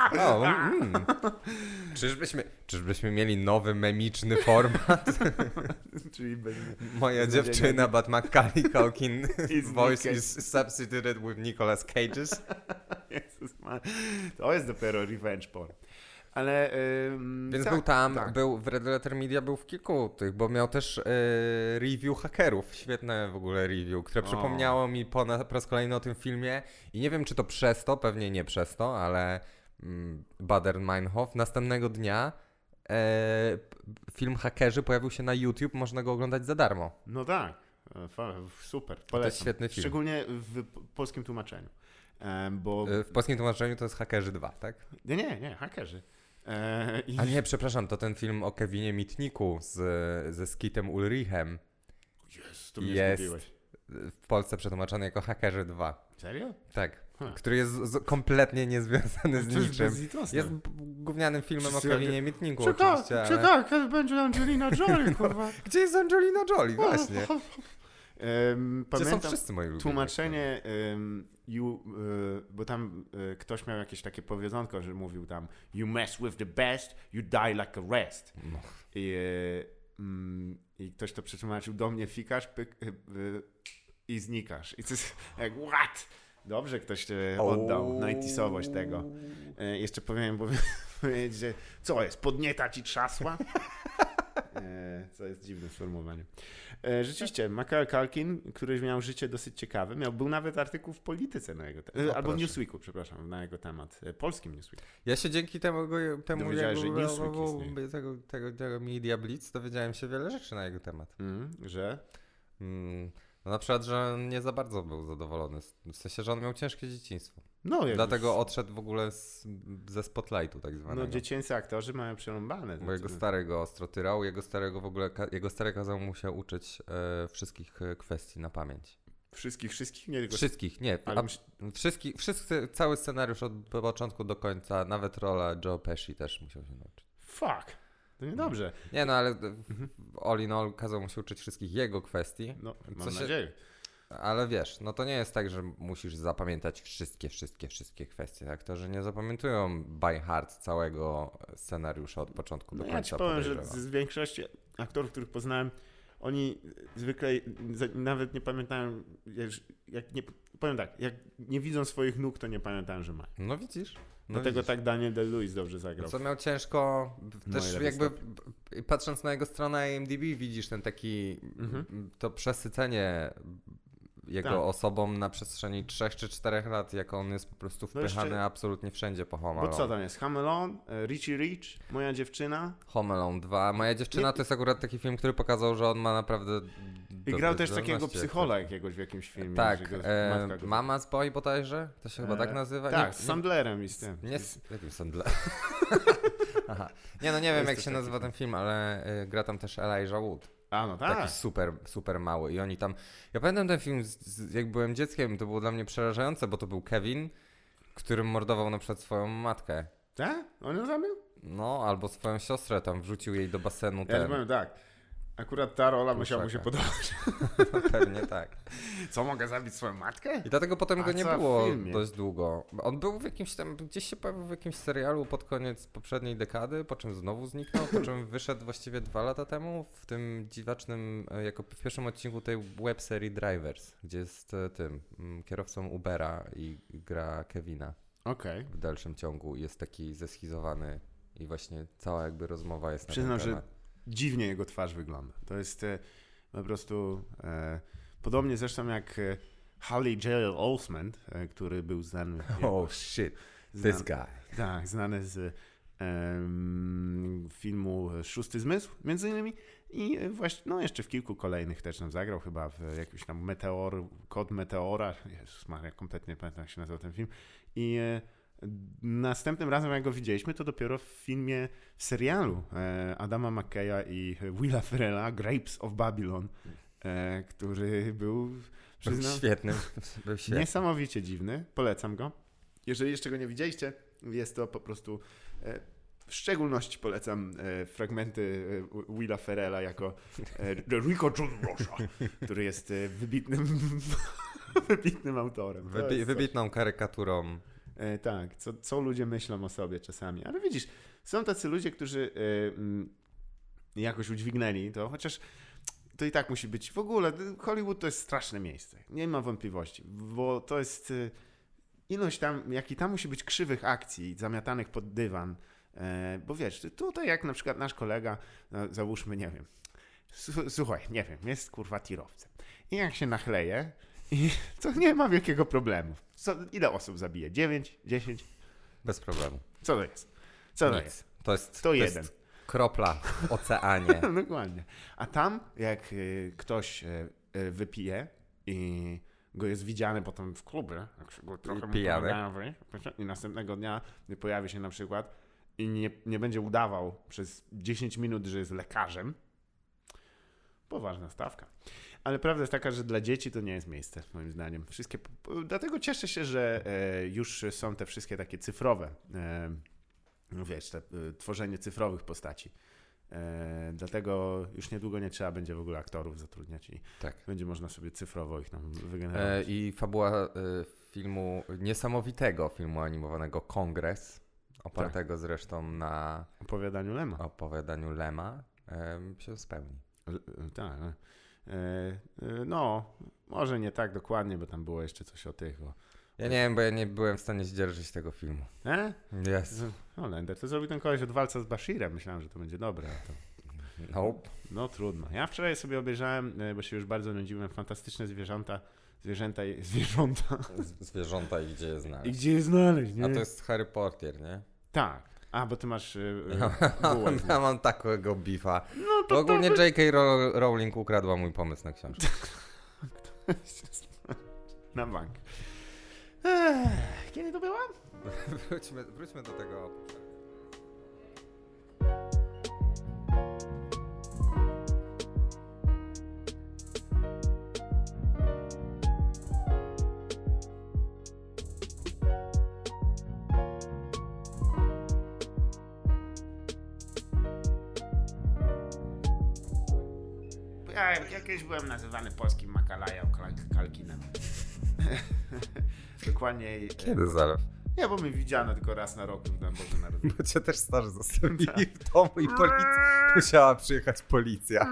Czyżbyśmy mieli nowy memiczny format? Czyli Moja dziewczyna, but Macaulay Culkin voice is substituted with Nicolas Cage's. Jezus, to jest dopiero revenge porn. Ale, więc był tam, był w Red Letter Media, był w kilku tych, bo miał też review hakerów, świetne w ogóle review, które przypomniało mi po raz kolejny o tym filmie i nie wiem, czy to przez to, pewnie nie przez to, ale Baader-Meinhof następnego dnia film Hakerzy pojawił się na YouTube, można go oglądać za darmo. No tak, super, polecam. To jest świetny film. Szczególnie w polskim tłumaczeniu. Bo... W polskim tłumaczeniu to jest Hakerzy 2, tak? Nie, Hakerzy. A nie, przepraszam, to ten film o Kevinie Mitniku ze Skitem Ulrichem. To mnie zgubiłeś. W Polsce przetłumaczony jako Hakerzy 2. Serio? Tak. Który jest kompletnie niezwiązany z niczym. Jest gównianym filmem o Kevinie Mitniku oczywiście, ale... Czekaj, kiedy będzie Angelina Jolie, kurwa. Gdzie jest Angelina Jolie? Właśnie. Gdzie są wszyscy moi lubieni. Tłumaczenie, bo tam ktoś miał jakieś takie powiedzonko, że mówił tam you mess with the best, you die like a rest. No. I ktoś to przetłumaczył, do mnie fikasz i znikasz. I to jest jak what? Dobrze ktoś oddał najtisowość tego. Jeszcze powiem, powiedzieć, że co jest, podnietać i trzasła? Co jest dziwne sformułowanie. Rzeczywiście, Macaulay Culkin, który miał życie dosyć ciekawe, był nawet artykuł w Polityce na jego temat, albo w Newsweeku, przepraszam, na jego temat, polskim Newsweeku. Ja się dzięki temu tego Media Blitz dowiedziałem się wiele rzeczy na jego temat. Że? No na przykład, że nie za bardzo był zadowolony. W sensie, że on miał ciężkie dzieciństwo. No, Dlatego odszedł w ogóle ze spotlightu tak zwanego. No dziecięcy aktorzy mają przerąbane. Bo jego stary go ostro tyrał, jego stary kazał mu się uczyć wszystkich kwestii na pamięć. Wszystkich? Nie tylko... Wszystkich, nie. Wszyscy, cały scenariusz od początku do końca, nawet rola Joe Pesci też musiał się nauczyć. Fuck, to niedobrze. Nie no, ale all in all kazał mu się uczyć wszystkich jego kwestii. No, mam nadzieję. Ale wiesz, no to nie jest tak, że musisz zapamiętać wszystkie kwestie. Aktorzy nie zapamiętują by heart całego scenariusza od początku do końca. Ja ci powiem, że z większości aktorów, których poznałem, oni zwykle nawet nie pamiętają, jak nie widzą swoich nóg, to nie pamiętają, że mają. No widzisz. Dlatego tak Daniel Day-Lewis dobrze zagrał. Co miał ciężko, też jakby patrząc na jego stronę IMDb widzisz ten taki, to przesycenie jego osobą na przestrzeni 3 czy 4 lat, jak on jest po prostu wpychany absolutnie wszędzie po Home Alone. Bo co tam jest? Home Alone, Richie Rich, Moja dziewczyna. Home Alone 2. Moja dziewczyna to jest akurat taki film, który pokazał, że on ma naprawdę... I grał też takiego psychola jakiegoś w jakimś filmie. Tak, Mama's Boy bodajże? To się chyba tak nazywa? Tak, z Sandlerem i z tym. Jakim Sandler? Aha. Nie no, nie wiem jak się nazywa ten film, ale gra tam też Elijah Wood. A, no tak. Taki super mały. I oni tam... Ja pamiętam ten film, jak byłem dzieckiem, to było dla mnie przerażające, bo to był Kevin, który mordował na przykład swoją matkę. Tak? On ją zabił? No, albo swoją siostrę tam wrzucił jej do basenu. Ja powiem tak. Akurat ta rola musiała mu się podobać. Pewnie tak. Co, mogę zabić swoją matkę? I dlatego potem go nie było dość długo. On był w jakimś tam, gdzieś się pojawił w jakimś serialu pod koniec poprzedniej dekady, po czym znowu zniknął, po czym wyszedł właściwie 2 lata temu w tym dziwacznym, jako w pierwszym odcinku tej web serii Drivers, gdzie jest tym kierowcą Ubera i gra Kevina. Okej. W dalszym ciągu jest taki zeschizowany i właśnie cała jakby rozmowa jest na ten temat. Przyznam, że dziwnie jego twarz wygląda. To jest po prostu podobnie zresztą jak Haley Joel Osment, który był znany... Oh shit, this guy. Tak, znany z filmu Szósty Zmysł, między innymi. I właśnie, no jeszcze w kilku kolejnych też nam zagrał, chyba w jakimś tam Kod Meteora. Jezus Maria, kompletnie nie pamiętam jak się nazywał ten film. I następnym razem jak go widzieliśmy, to dopiero w serialu Adama McKeya i Willa Ferrella, Grapes of Babylon, który był świetny. Niesamowicie dziwny. Polecam go. Jeżeli jeszcze go nie widzieliście, jest to po prostu... W szczególności polecam fragmenty Willa Ferrella jako Rico John Rosha, który jest wybitnym autorem. Wybitną karykaturą. Tak, co ludzie myślą o sobie czasami. Ale widzisz, są tacy ludzie, którzy jakoś udźwignęli to, chociaż to i tak musi być. W ogóle Hollywood to jest straszne miejsce. Nie ma wątpliwości, bo to jest ilość tam, jaki tam musi być krzywych akcji, zamiatanych pod dywan. Bo wiesz, tutaj jak na przykład nasz kolega, no, załóżmy, nie wiem, słuchaj, nie wiem, jest kurwa tirowcem. I jak się nachleje, to nie ma wielkiego problemu. Ile osób zabije? 9? 10? Bez problemu. Co to jest? Co to jest? To jest 101. To jest kropla w oceanie. Dokładnie. A tam, jak ktoś wypije i go jest widziany potem w klubie, jak się go trochę pijany, i następnego dnia pojawi się na przykład i nie będzie udawał przez 10 minut, że jest lekarzem, poważna stawka. Ale prawda jest taka, że dla dzieci to nie jest miejsce, moim zdaniem. Dlatego cieszę się, że już są te wszystkie takie cyfrowe, wiesz, tworzenie cyfrowych postaci. Dlatego już niedługo nie trzeba będzie w ogóle aktorów zatrudniać i będzie można sobie cyfrowo ich tam wygenerować. I fabuła niesamowitego filmu animowanego Kongres, opartego zresztą na opowiadaniu Lema, się spełni. Tak. No, może nie tak dokładnie, bo tam było jeszcze coś o tych. Ja nie wiem, bo ja nie byłem w stanie zdzierżyć tego filmu. Jest. Lender to zrobił ten koleś od walca z Bashirem. Myślałem, że to będzie dobre. Nope. No trudno. Ja wczoraj sobie obejrzałem, bo się już bardzo nudziłem, Fantastyczne zwierzęta. Zwierzęta i gdzie je znaleźć. I gdzie je znaleźć, nie? A to jest Harry Potter, nie? Tak. A, bo ty masz ja mam takiego bifa. No to ogólnie J.K. Rowling ukradła mój pomysł na książkę. Na bank. Kiedy to było? Wróćmy do tego. Ja kiedyś byłem nazywany polskim Makalajem Kalkinem. Dokładnie. Kiedy Zalew? Nie, bo mnie widziano tylko raz na rok na Boże Narodzenie. Bo cię też starzy zostawili w domu i musiała przyjechać policja.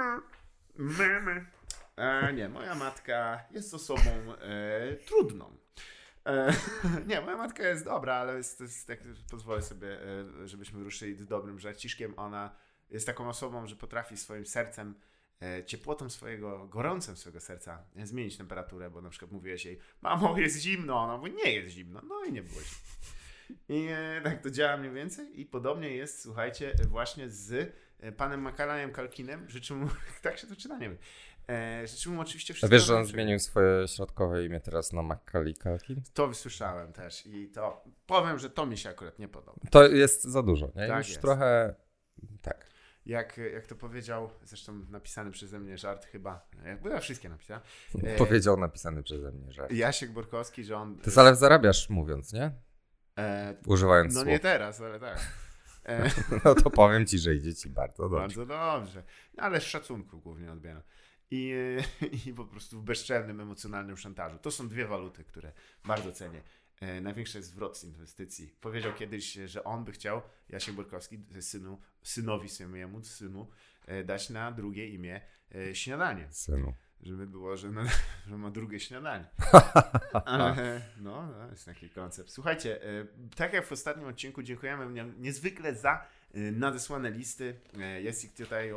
Memy. Nie, moja matka jest osobą trudną. Nie, moja matka jest dobra, ale tak, pozwolę sobie, żebyśmy ruszyli z dobrym żarciszkiem. Ona jest taką osobą, że potrafi swoim sercem, ciepłotą gorącem swojego serca zmienić temperaturę, bo na przykład mówiłeś jej, mamo, jest zimno, ona mówi, nie jest zimno, no i nie było zimno. I tak to działa mniej więcej i podobnie jest, słuchajcie, właśnie z panem Makalajem Kalkinem, życzę mu, tak się to czyta, nie wiem, życzę mu oczywiście wszystkiego. A wiesz, że on zmienił swoje środkowe imię teraz na Macaulay Culkin? To wysłyszałem też i to powiem, że to mi się akurat nie podoba. To jest za dużo, nie? Tak Już jest. Trochę, tak. Jak to powiedział, zresztą napisany przeze mnie żart chyba, jakby ja wszystkie napisałem. Powiedział napisany przeze mnie żart. Jasiek Borkowski, że on... Ty Zalew zarabiasz mówiąc, nie? Używając no słów. nie teraz, ale tak. No to powiem ci, że idzie ci bardzo dobrze. Bardzo dobrze. Ale z szacunku głównie odbieram. I po prostu w bezczelnym, emocjonalnym szantażu. To są dwie waluty, które bardzo cenię. Największy jest zwrot z inwestycji. Powiedział kiedyś, że on by chciał, Jasiek Borkowski, synowi swojemu synu, dać na drugie imię śniadanie. Synu. Żeby było, że ma drugie śniadanie. Ale no, jest taki koncept. Słuchajcie, tak jak w ostatnim odcinku, dziękujemy niezwykle za nadesłane listy. Jest ich tutaj,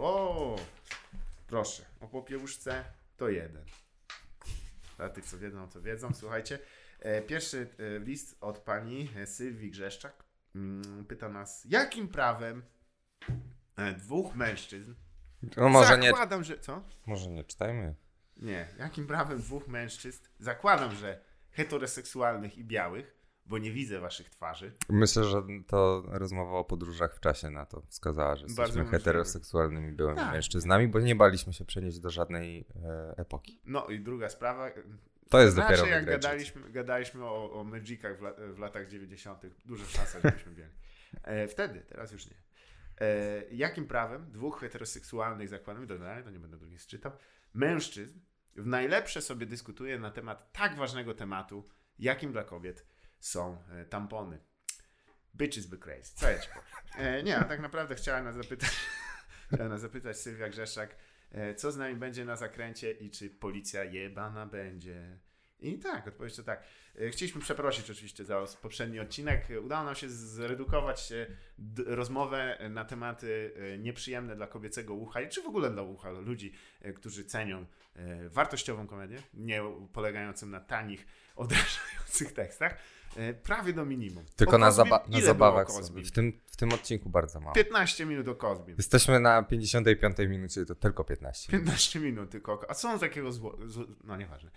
proszę, o popiełuszce to jeden. Dla tych, co wiedzą, to wiedzą. Słuchajcie, pierwszy list od pani Sylwii Grzeszczak pyta nas, jakim prawem dwóch mężczyzn, No może zakładam, że... Co? Może nie czytajmy. Nie. Jakim prawem dwóch mężczyzn, zakładam, że heteroseksualnych i białych, bo nie widzę waszych twarzy. Myślę, że to rozmowa o podróżach w czasie na to wskazała, że Bardzo jesteśmy możliwe. heteroseksualnymi byłymi Tak. mężczyznami, bo nie baliśmy się przenieść do żadnej epoki. No i druga sprawa. To jest znaczy, dopiero jak wygrać. gadaliśmy o Magicach w latach 90. Duże szanse, żebyśmy mieli. Wtedy, teraz już nie. Jakim prawem dwóch heteroseksualnych, zakładamy, to nie będę drugi czytał, mężczyzn w najlepsze sobie dyskutuje na temat tak ważnego tematu, jakim dla kobiet są tampony. Bitches be crazy. Co ja ci powiem? Nie, a tak naprawdę chciałem nas zapytać Sylwia Grzeszczak, co z nami będzie na zakręcie i czy policja jebana będzie. I tak, odpowiedź to tak. Chcieliśmy przeprosić oczywiście za poprzedni odcinek. Udało nam się zredukować rozmowę na tematy nieprzyjemne dla kobiecego ucha, czy w ogóle dla ucha ludzi, którzy cenią wartościową komedię, nie polegającą na tanich, odrażających tekstach, prawie do minimum. Tylko na zabawach było sobie. W tym odcinku bardzo mało. 15 minut o Cosbym. Jesteśmy na 55 minucie, to tylko 15. 15 minut tylko. A co on takiego no nieważne.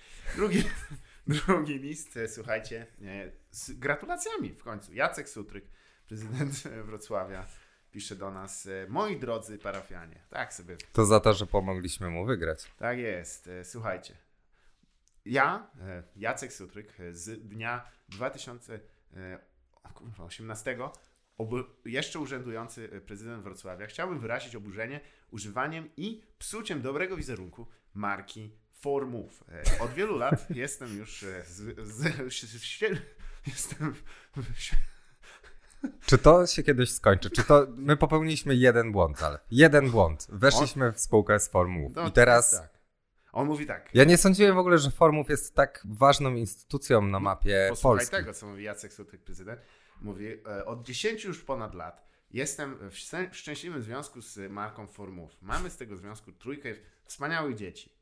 Drugi list, słuchajcie, z gratulacjami w końcu. Jacek Sutryk, prezydent Wrocławia, pisze do nas, moi drodzy parafianie. Tak sobie. To za to, że pomogliśmy mu wygrać. Tak jest. Słuchajcie. Ja, Jacek Sutryk, z dnia 2018, jeszcze urzędujący prezydent Wrocławia, chciałbym wyrazić oburzenie używaniem i psuciem dobrego wizerunku marki Formów. Od wielu lat jestem już Czy to się kiedyś skończy? Czy to my popełniliśmy jeden błąd, ale jeden błąd. Weszliśmy w spółkę z Formów. No, i teraz... Tak. On mówi tak. Ja nie sądziłem w ogóle, że Formów jest tak ważną instytucją na mapie Posłuchaj Polski. tego, co mówi Jacek Sutryk, prezydent. Mówi, od 10 już ponad lat jestem w szczęśliwym związku z marką Formów. Mamy z tego związku trójkę wspaniałych dzieci.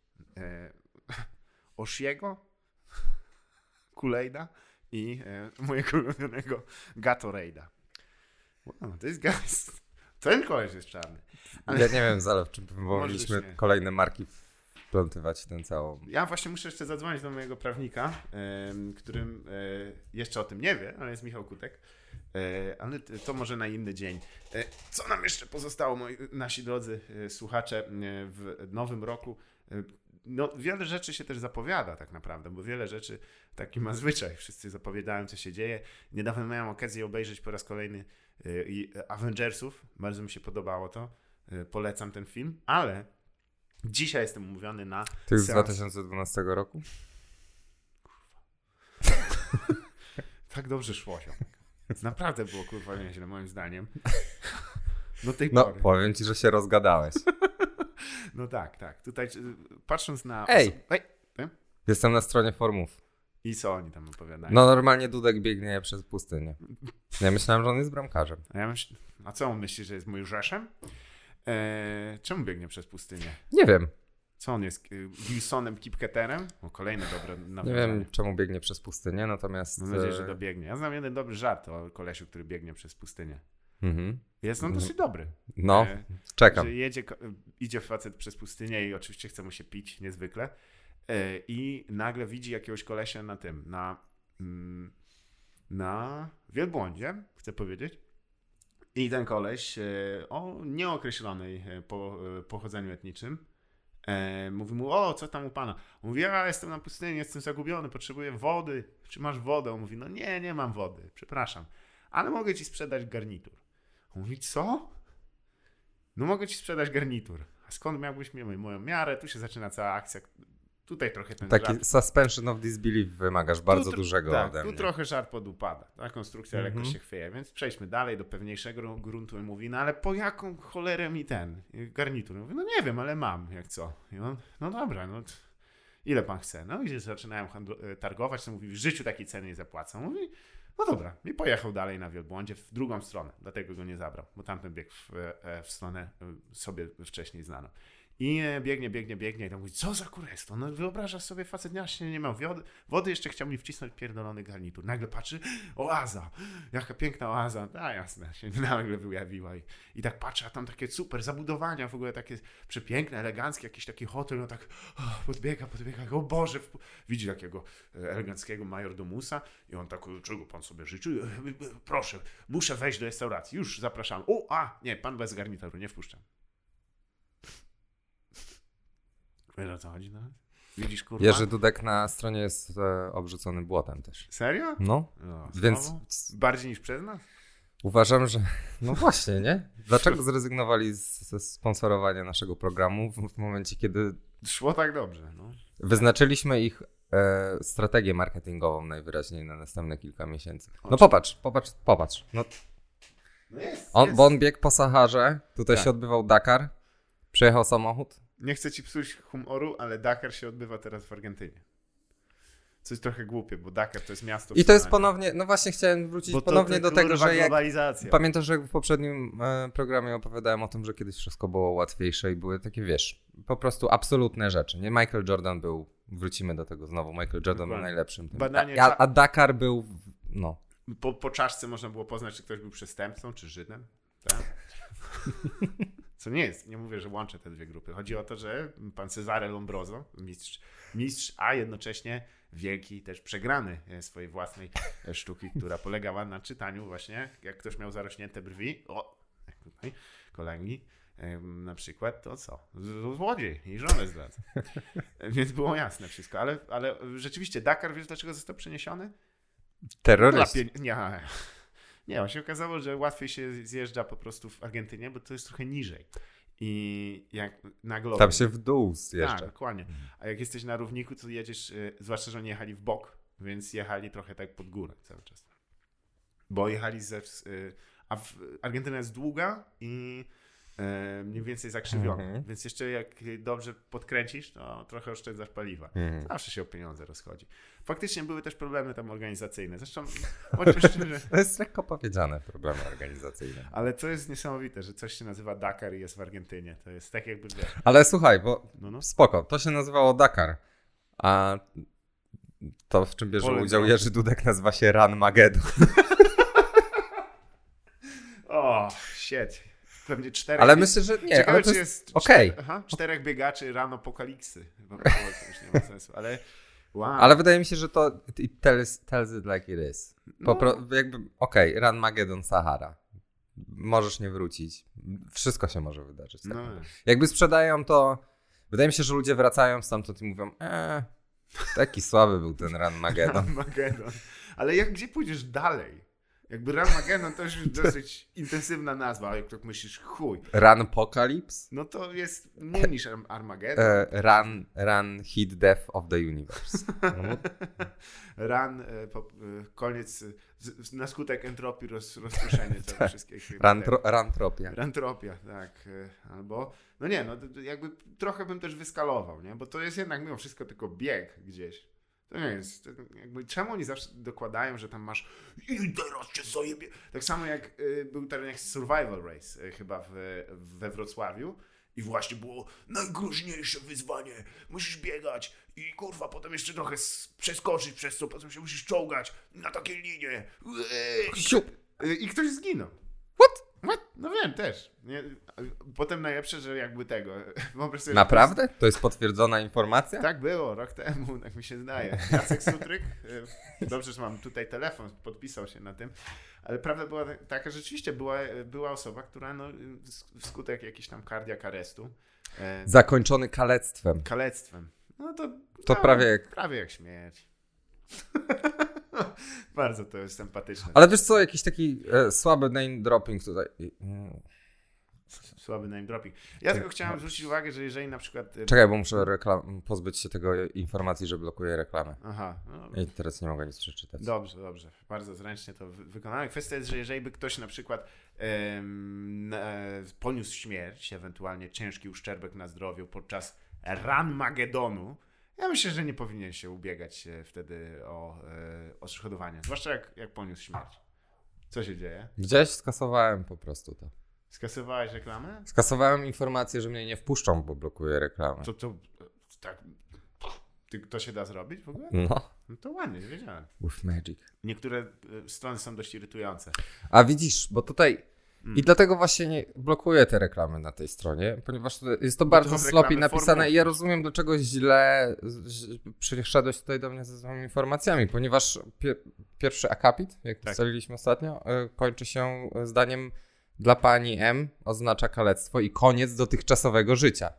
Oshiego, Kulejda i mojego ulubionego Gatorade'a. Wow, to jest gaz. Ten koleś jest czarny. Ale... Ja nie wiem, Zalew, czy wywołaliśmy kolejne marki rozplątywać tę całą... Ja właśnie muszę jeszcze zadzwonić do mojego prawnika, którym jeszcze o tym nie wie, ale jest Michał Kutek. Ale to może na inny dzień. Co nam jeszcze pozostało, nasi drodzy słuchacze, w nowym roku? No, wiele rzeczy się też zapowiada tak naprawdę, bo wiele rzeczy taki ma zwyczaj. Wszyscy zapowiadają, co się dzieje. Niedawno miałem okazję obejrzeć po raz kolejny Avengersów. Bardzo mi się podobało to. Polecam ten film, ale dzisiaj jestem umówiony na To już z 2012 roku? Tak dobrze szło się. Naprawdę było kurwa nieźle moim zdaniem. Do tej No, pory. powiem ci, że się rozgadałeś. No tak. Tutaj patrząc na... Ej! Jestem na stronie forumów. I co oni tam opowiadają? No normalnie Dudek biegnie przez pustynię. Ja myślałem, że on jest bramkarzem. A co on myśli, że jest Mojżeszem? Czemu biegnie przez pustynię? Nie wiem. Co on jest? Wilsonem Kipketerem? O, kolejne dobre nawiązanie. Nie wiem, czemu biegnie przez pustynię, natomiast... Mam nadzieję, że dobiegnie. Ja znam jeden dobry żart o kolesiu, który biegnie przez pustynię. Mhm. Jest on dosyć dobry. No, czekam. Że idzie facet przez pustynię i oczywiście chce mu się pić niezwykle i nagle widzi jakiegoś kolesia na tym, na wielbłądzie, chcę powiedzieć. I ten koleś o nieokreślonej pochodzeniu etnicznym mówi mu, o, co tam u pana? On mówi, ja jestem na pustyni, jestem zagubiony, potrzebuję wody. Czy masz wodę? On mówi, no nie mam wody, przepraszam, ale mogę ci sprzedać garnitur. On mówi, co? No mogę ci sprzedać garnitur. A skąd miałbyś moją miarę? Tu się zaczyna cała akcja. Tutaj trochę ten Taki żart. suspension of disbelief wymagasz bardzo dużego tak, ode mnie. Tu trochę żart podupada. Ta konstrukcja lekko się chwieje, więc przejdźmy dalej do pewniejszego gruntu i mówi, no ale po jaką cholerę mi ten garnitur? Mówi, no nie wiem, ale mam, jak co. I on, no dobra, no ile pan chce? No i zaczynają targować, to mówi, w życiu takiej ceny nie zapłacą. Mówi, no dobra. I pojechał dalej na wielbłądzie w drugą stronę, dlatego go nie zabrał, bo tamten biegł w stronę sobie wcześniej znaną. I biegnie i tam mówi, co za kurestwo, no wyobrażasz sobie, facet właśnie nie miał wody, jeszcze chciał mi wcisnąć pierdolony garnitur. Nagle patrzy, oaza, jaka piękna oaza, a jasne, się nagle wyjawiła i tak patrzy, a tam takie super zabudowania, w ogóle takie przepiękne, eleganckie, jakiś taki hotel, no tak podbiega, o Boże, widzi takiego eleganckiego majordomusa i on tak, czego pan sobie życzy? Proszę, muszę wejść do restauracji, już zapraszam. Nie, pan bez garnituru, nie wpuszczam. Wiesz, o co chodzi nawet? Widzisz, kurwa? Jerzy Dudek na stronie jest obrzucony błotem też. Serio? No, więc bardziej niż przez nas? uważam, że no właśnie, nie? Dlaczego zrezygnowali ze sponsorowania naszego programu w momencie, kiedy szło tak dobrze, no. Wyznaczyliśmy ich strategię marketingową najwyraźniej na następne kilka miesięcy. No popatrz. No, jest. Bo on biegł po Saharze, tutaj się odbywał Dakar, przejechał samochód. Nie chcę ci psuć humoru, ale Dakar się odbywa teraz w Argentynie. Co jest trochę głupie, bo Dakar to jest miasto... I to jest ponownie, no właśnie chciałem wrócić ponownie do tego, że pamiętasz, że w poprzednim programie opowiadałem o tym, że kiedyś wszystko było łatwiejsze i były takie, wiesz, po prostu absolutne rzeczy. Nie, Michael Jordan wrócimy do tego znowu, Michael Jordan był najlepszym. A Dakar był, no. Po czaszce można było poznać, czy ktoś był przestępcą, czy Żydem. Tak? Co nie jest, nie mówię, że łączę te dwie grupy. Chodzi o to, że pan Cesare Lombroso, mistrz, a jednocześnie wielki, też przegrany swojej własnej sztuki, która polegała na czytaniu właśnie, jak ktoś miał zarośnięte brwi, jak tutaj kolegi na przykład, to co? Złodziej i żonę zdradza. Więc było jasne wszystko, ale rzeczywiście Dakar, wiesz dlaczego został przeniesiony? Terroryst. Nie, on się okazało, że łatwiej się zjeżdża po prostu w Argentynie, bo to jest trochę niżej. I jak na globie. Tam się w dół zjeżdża. Tak, dokładnie. A jak jesteś na równiku, to jedziesz, zwłaszcza, że oni jechali w bok, więc jechali trochę tak pod górę cały czas. Bo jechali Argentyna jest długa i mniej więcej zakrzywiona. Więc jeszcze jak dobrze podkręcisz, to trochę oszczędzasz paliwa. Zawsze się o pieniądze rozchodzi. Faktycznie były też problemy tam organizacyjne. Zresztą, bądźmy szczerzy, to jest lekko powiedziane, problemy organizacyjne. Ale to jest niesamowite, że coś się nazywa Dakar i jest w Argentynie. To jest tak jakby... Ale słuchaj, bo spoko, to się nazywało Dakar, a to, w czym bierze udział Jerzy Dudek, nazywa się Run Magedon. O, shit. pewnie 4. Ale myślę, że nie, Ciekawe, ale to czy jest okej. 4 biegaczy ran apokalipsy. Bo to już nie ma sensu, ale wow. Ale wydaje mi się, że to it tells it like it is. Run Magedon Sahara. Możesz nie wrócić. Wszystko się może wydarzyć. Tak? Jakby sprzedają to, wydaje mi się, że ludzie wracają stamtąd i mówią, taki słaby był ten Run Magedon. Ale gdzie pójdziesz dalej? Jakby Run Magedon to już jest dosyć intensywna nazwa, jak tak myślisz, chuj. Run Apocalypse? No to jest mniej niż Armageddon. Run Hit Death of the Universe. Run, koniec, na skutek entropii rozproszenie całego wszystkiego. Rantropia. Rantropia, tak. Albo, jakby trochę bym też wyskalował, nie? Bo to jest jednak mimo wszystko tylko bieg gdzieś. To nie jest, jakby, czemu oni zawsze dokładają, że tam masz i teraz cię zajebie. Tak samo jak był ten jak Survival Race chyba we Wrocławiu i właśnie było najgroźniejsze wyzwanie. Musisz biegać i kurwa potem jeszcze trochę przeskoczyć przez to, potem się musisz czołgać na takiej linie. I ktoś zginął. What? No wiem też. Nie? Potem najlepsze, że jakby tego. Sobie, naprawdę? To jest potwierdzona informacja? Tak było, rok temu, tak mi się zdaje. Jacek Sutryk, dobrze, że mam tutaj telefon, podpisał się na tym, ale prawda była taka, że rzeczywiście była osoba, która wskutek jakiejś tam cardiac arrestu. Zakończony kalectwem. No to prawie jak śmierć. Bardzo to jest sympatyczne. Ale wiesz co, jakiś taki słaby name dropping tutaj. Słaby name dropping. Ja tylko chciałem zwrócić uwagę, że jeżeli na przykład... Czekaj, bo muszę pozbyć się tego informacji, że blokuję reklamę. Aha. I teraz nie mogę nic przeczytać. Dobrze. Bardzo zręcznie to wykonałem. Kwestia jest, że jeżeli by ktoś na przykład poniósł śmierć, ewentualnie ciężki uszczerbek na zdrowiu podczas Run Magedonu, ja myślę, że nie powinien się ubiegać wtedy o odszkodowanie. Zwłaszcza jak poniósł śmierć. Co się dzieje? Gdzieś skasowałem po prostu to. Skasowałeś reklamę? Skasowałem informację, że mnie nie wpuszczą, bo blokuję reklamę. Tak. To się da zrobić w ogóle? No to ładnie, nie wiedziałem. With magic. Niektóre strony są dość irytujące. A widzisz, bo tutaj i dlatego właśnie nie blokuję te reklamy na tej stronie, ponieważ jest to bardzo sloppy napisane i ja rozumiem, dlaczego źle przyszedłeś tutaj do mnie ze swoimi informacjami, ponieważ pierwszy akapit, jak ustaliliśmy ostatnio, kończy się zdaniem dla pani M oznacza kalectwo i koniec dotychczasowego życia.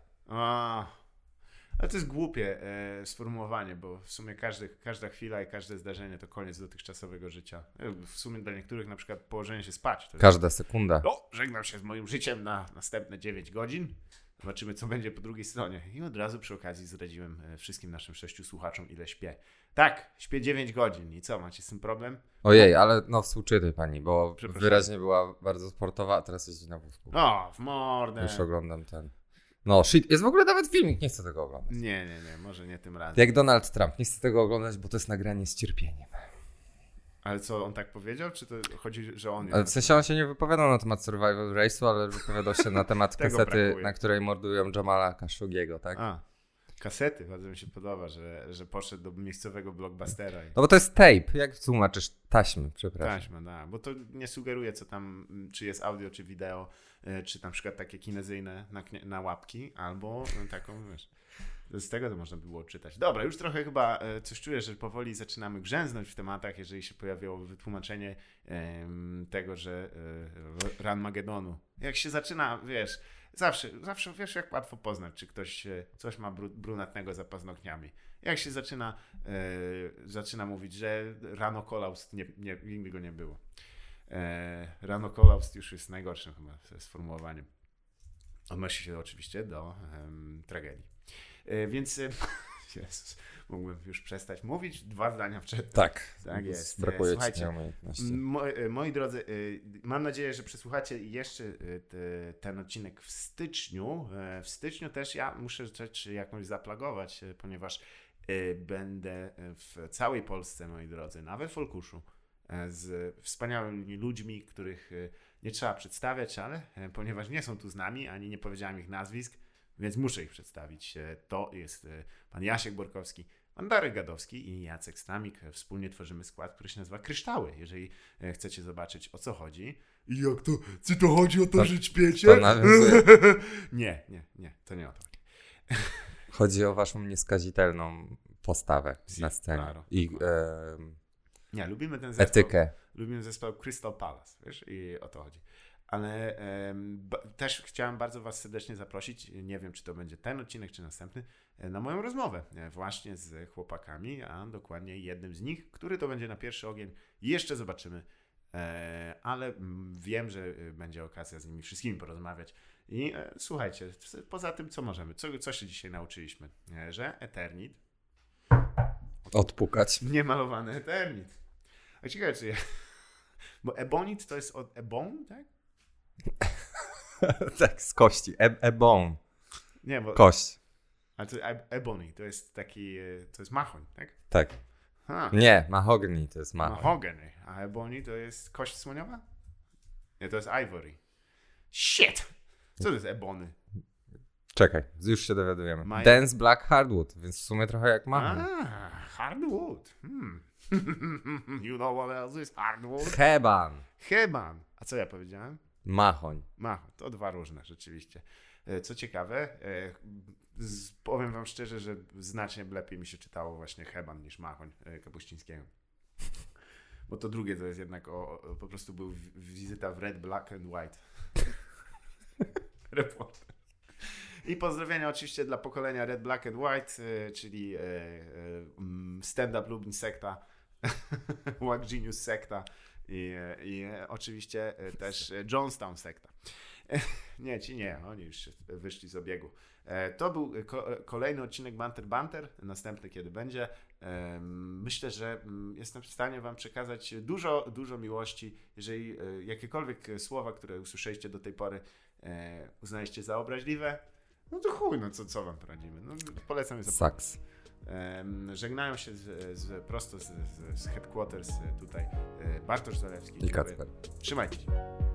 Ale to jest głupie sformułowanie, bo w sumie każda chwila i każde zdarzenie to koniec dotychczasowego życia. W sumie dla niektórych na przykład położenie się spać. To każda jest, sekunda. Żegnam się z moim życiem na następne 9 godzin. Zobaczymy, co będzie po drugiej stronie. I od razu przy okazji zdradziłem wszystkim naszym 6 słuchaczom, ile śpię. Tak, śpię 9 godzin. I co, macie z tym problem? Ojej, ale współczytuj pani, bo wyraźnie była bardzo sportowa, a teraz jeździ na wózku. W mordę. Już oglądam ten. No, shit, jest w ogóle nawet filmik, nie chcę tego oglądać. Nie, może nie tym razem. Jak Donald Trump, nie chcę tego oglądać, bo to jest nagranie z cierpieniem. Ale co, on tak powiedział, czy to chodzi, że on... Ale w sensie on się nie wypowiadał na temat Survival Race'u, ale wypowiadał się na temat kasety, na której mordują Jamala Khashoggiego, tak? Kasety, bardzo mi się podoba, że poszedł do miejscowego blockbustera. No bo to jest tape, jak tłumaczysz? Taśmy, przepraszam. Taśma, bo to nie sugeruje, co tam, czy jest audio, czy wideo, czy na przykład takie kinezyjne na łapki, albo taką, wiesz, z tego to można było czytać. Dobra, już trochę chyba coś czuję, że powoli zaczynamy grzęznąć w tematach, jeżeli się pojawiło wytłumaczenie tego, że Run Magedonu. Jak się zaczyna, wiesz, zawsze wiesz, jak łatwo poznać, czy ktoś coś ma brunatnego za paznokciami. Jak się zaczyna mówić, że rano kolaust, nigdy go nie było. Rano kolaust już jest najgorszym chyba sformułowaniem. Odnosi się oczywiście do tragedii. Więc Jezus, mógłbym już przestać mówić. 2 zdania przed. Tak jest. Brakuje ci umiejętności. Moi drodzy, mam nadzieję, że przesłuchacie jeszcze ten odcinek w styczniu. W styczniu też ja muszę rzecz jakąś zaplagować, ponieważ będę w całej Polsce, moi drodzy, na We Folkuszu z wspaniałymi ludźmi, których nie trzeba przedstawiać, ale ponieważ nie są tu z nami, ani nie powiedziałem ich nazwisk, więc muszę ich przedstawić. To jest pan Jasiek Borkowski, Darek Gadowski i Jacek Stamik. Wspólnie tworzymy skład, który się nazywa Kryształy. Jeżeli chcecie zobaczyć, o co chodzi. I jak to? Czy to chodzi o to, że ćpiecie? To nawiązuje. Nie, to nie o to. Chodzi o waszą nieskazitelną postawę na scenie. Claro. I nie, lubimy ten zespół. etykę. Lubimy zespół Crystal Palace, wiesz, i o to chodzi. Ale też chciałem bardzo was serdecznie zaprosić, nie wiem, czy to będzie ten odcinek, czy następny, na moją rozmowę właśnie z chłopakami, a dokładnie jednym z nich, który to będzie na pierwszy ogień, jeszcze zobaczymy, ale wiem, że będzie okazja z nimi wszystkimi porozmawiać. I słuchajcie, poza tym, co możemy, co się dzisiaj nauczyliśmy, że Eternit, Odpukać. niemalowany Eternit. A ciekawe, czy bo Ebonit to jest od Ebon, tak? Tak, z kości. Ebon. Nie, bo... Kość. Ale to Ebony, to jest taki, to jest mahoń, tak? Tak. Nie, mahogany to jest mahoń. Mahogany, a Ebony to jest kość słoniowa? Nie, to jest ivory. Shit! Co to jest Ebony? Czekaj, już się dowiadujemy. Dense Black Hardwood, więc w sumie trochę jak mahoń. Hardwood. You know what else is hardwood? Heban. A co ja powiedziałem? Mahoń. To dwa różne rzeczywiście. Co ciekawe, powiem wam szczerze, że znacznie lepiej mi się czytało właśnie Heban niż Machoń Kapuścińskiego. Bo to drugie to jest jednak po prostu był wizyta w Red, Black and White. Reporter. I pozdrowienia oczywiście dla pokolenia Red, Black and White, czyli Stand Up Lublin sekta, Wack Genius sekta i oczywiście też Jonestown sekta. Nie, oni już wyszli z obiegu. To był kolejny odcinek Banter. Następny kiedy będzie. Myślę, że jestem w stanie wam przekazać dużo miłości. Jeżeli jakiekolwiek słowa, które usłyszeliście do tej pory, uznaliście za obraźliwe, no to chuj, no co wam poradzimy. No, polecam je zapomnieć. Saks. Żegnają się prosto z headquarters tutaj Bartosz Zalewski. I Kacper. Trzymajcie się.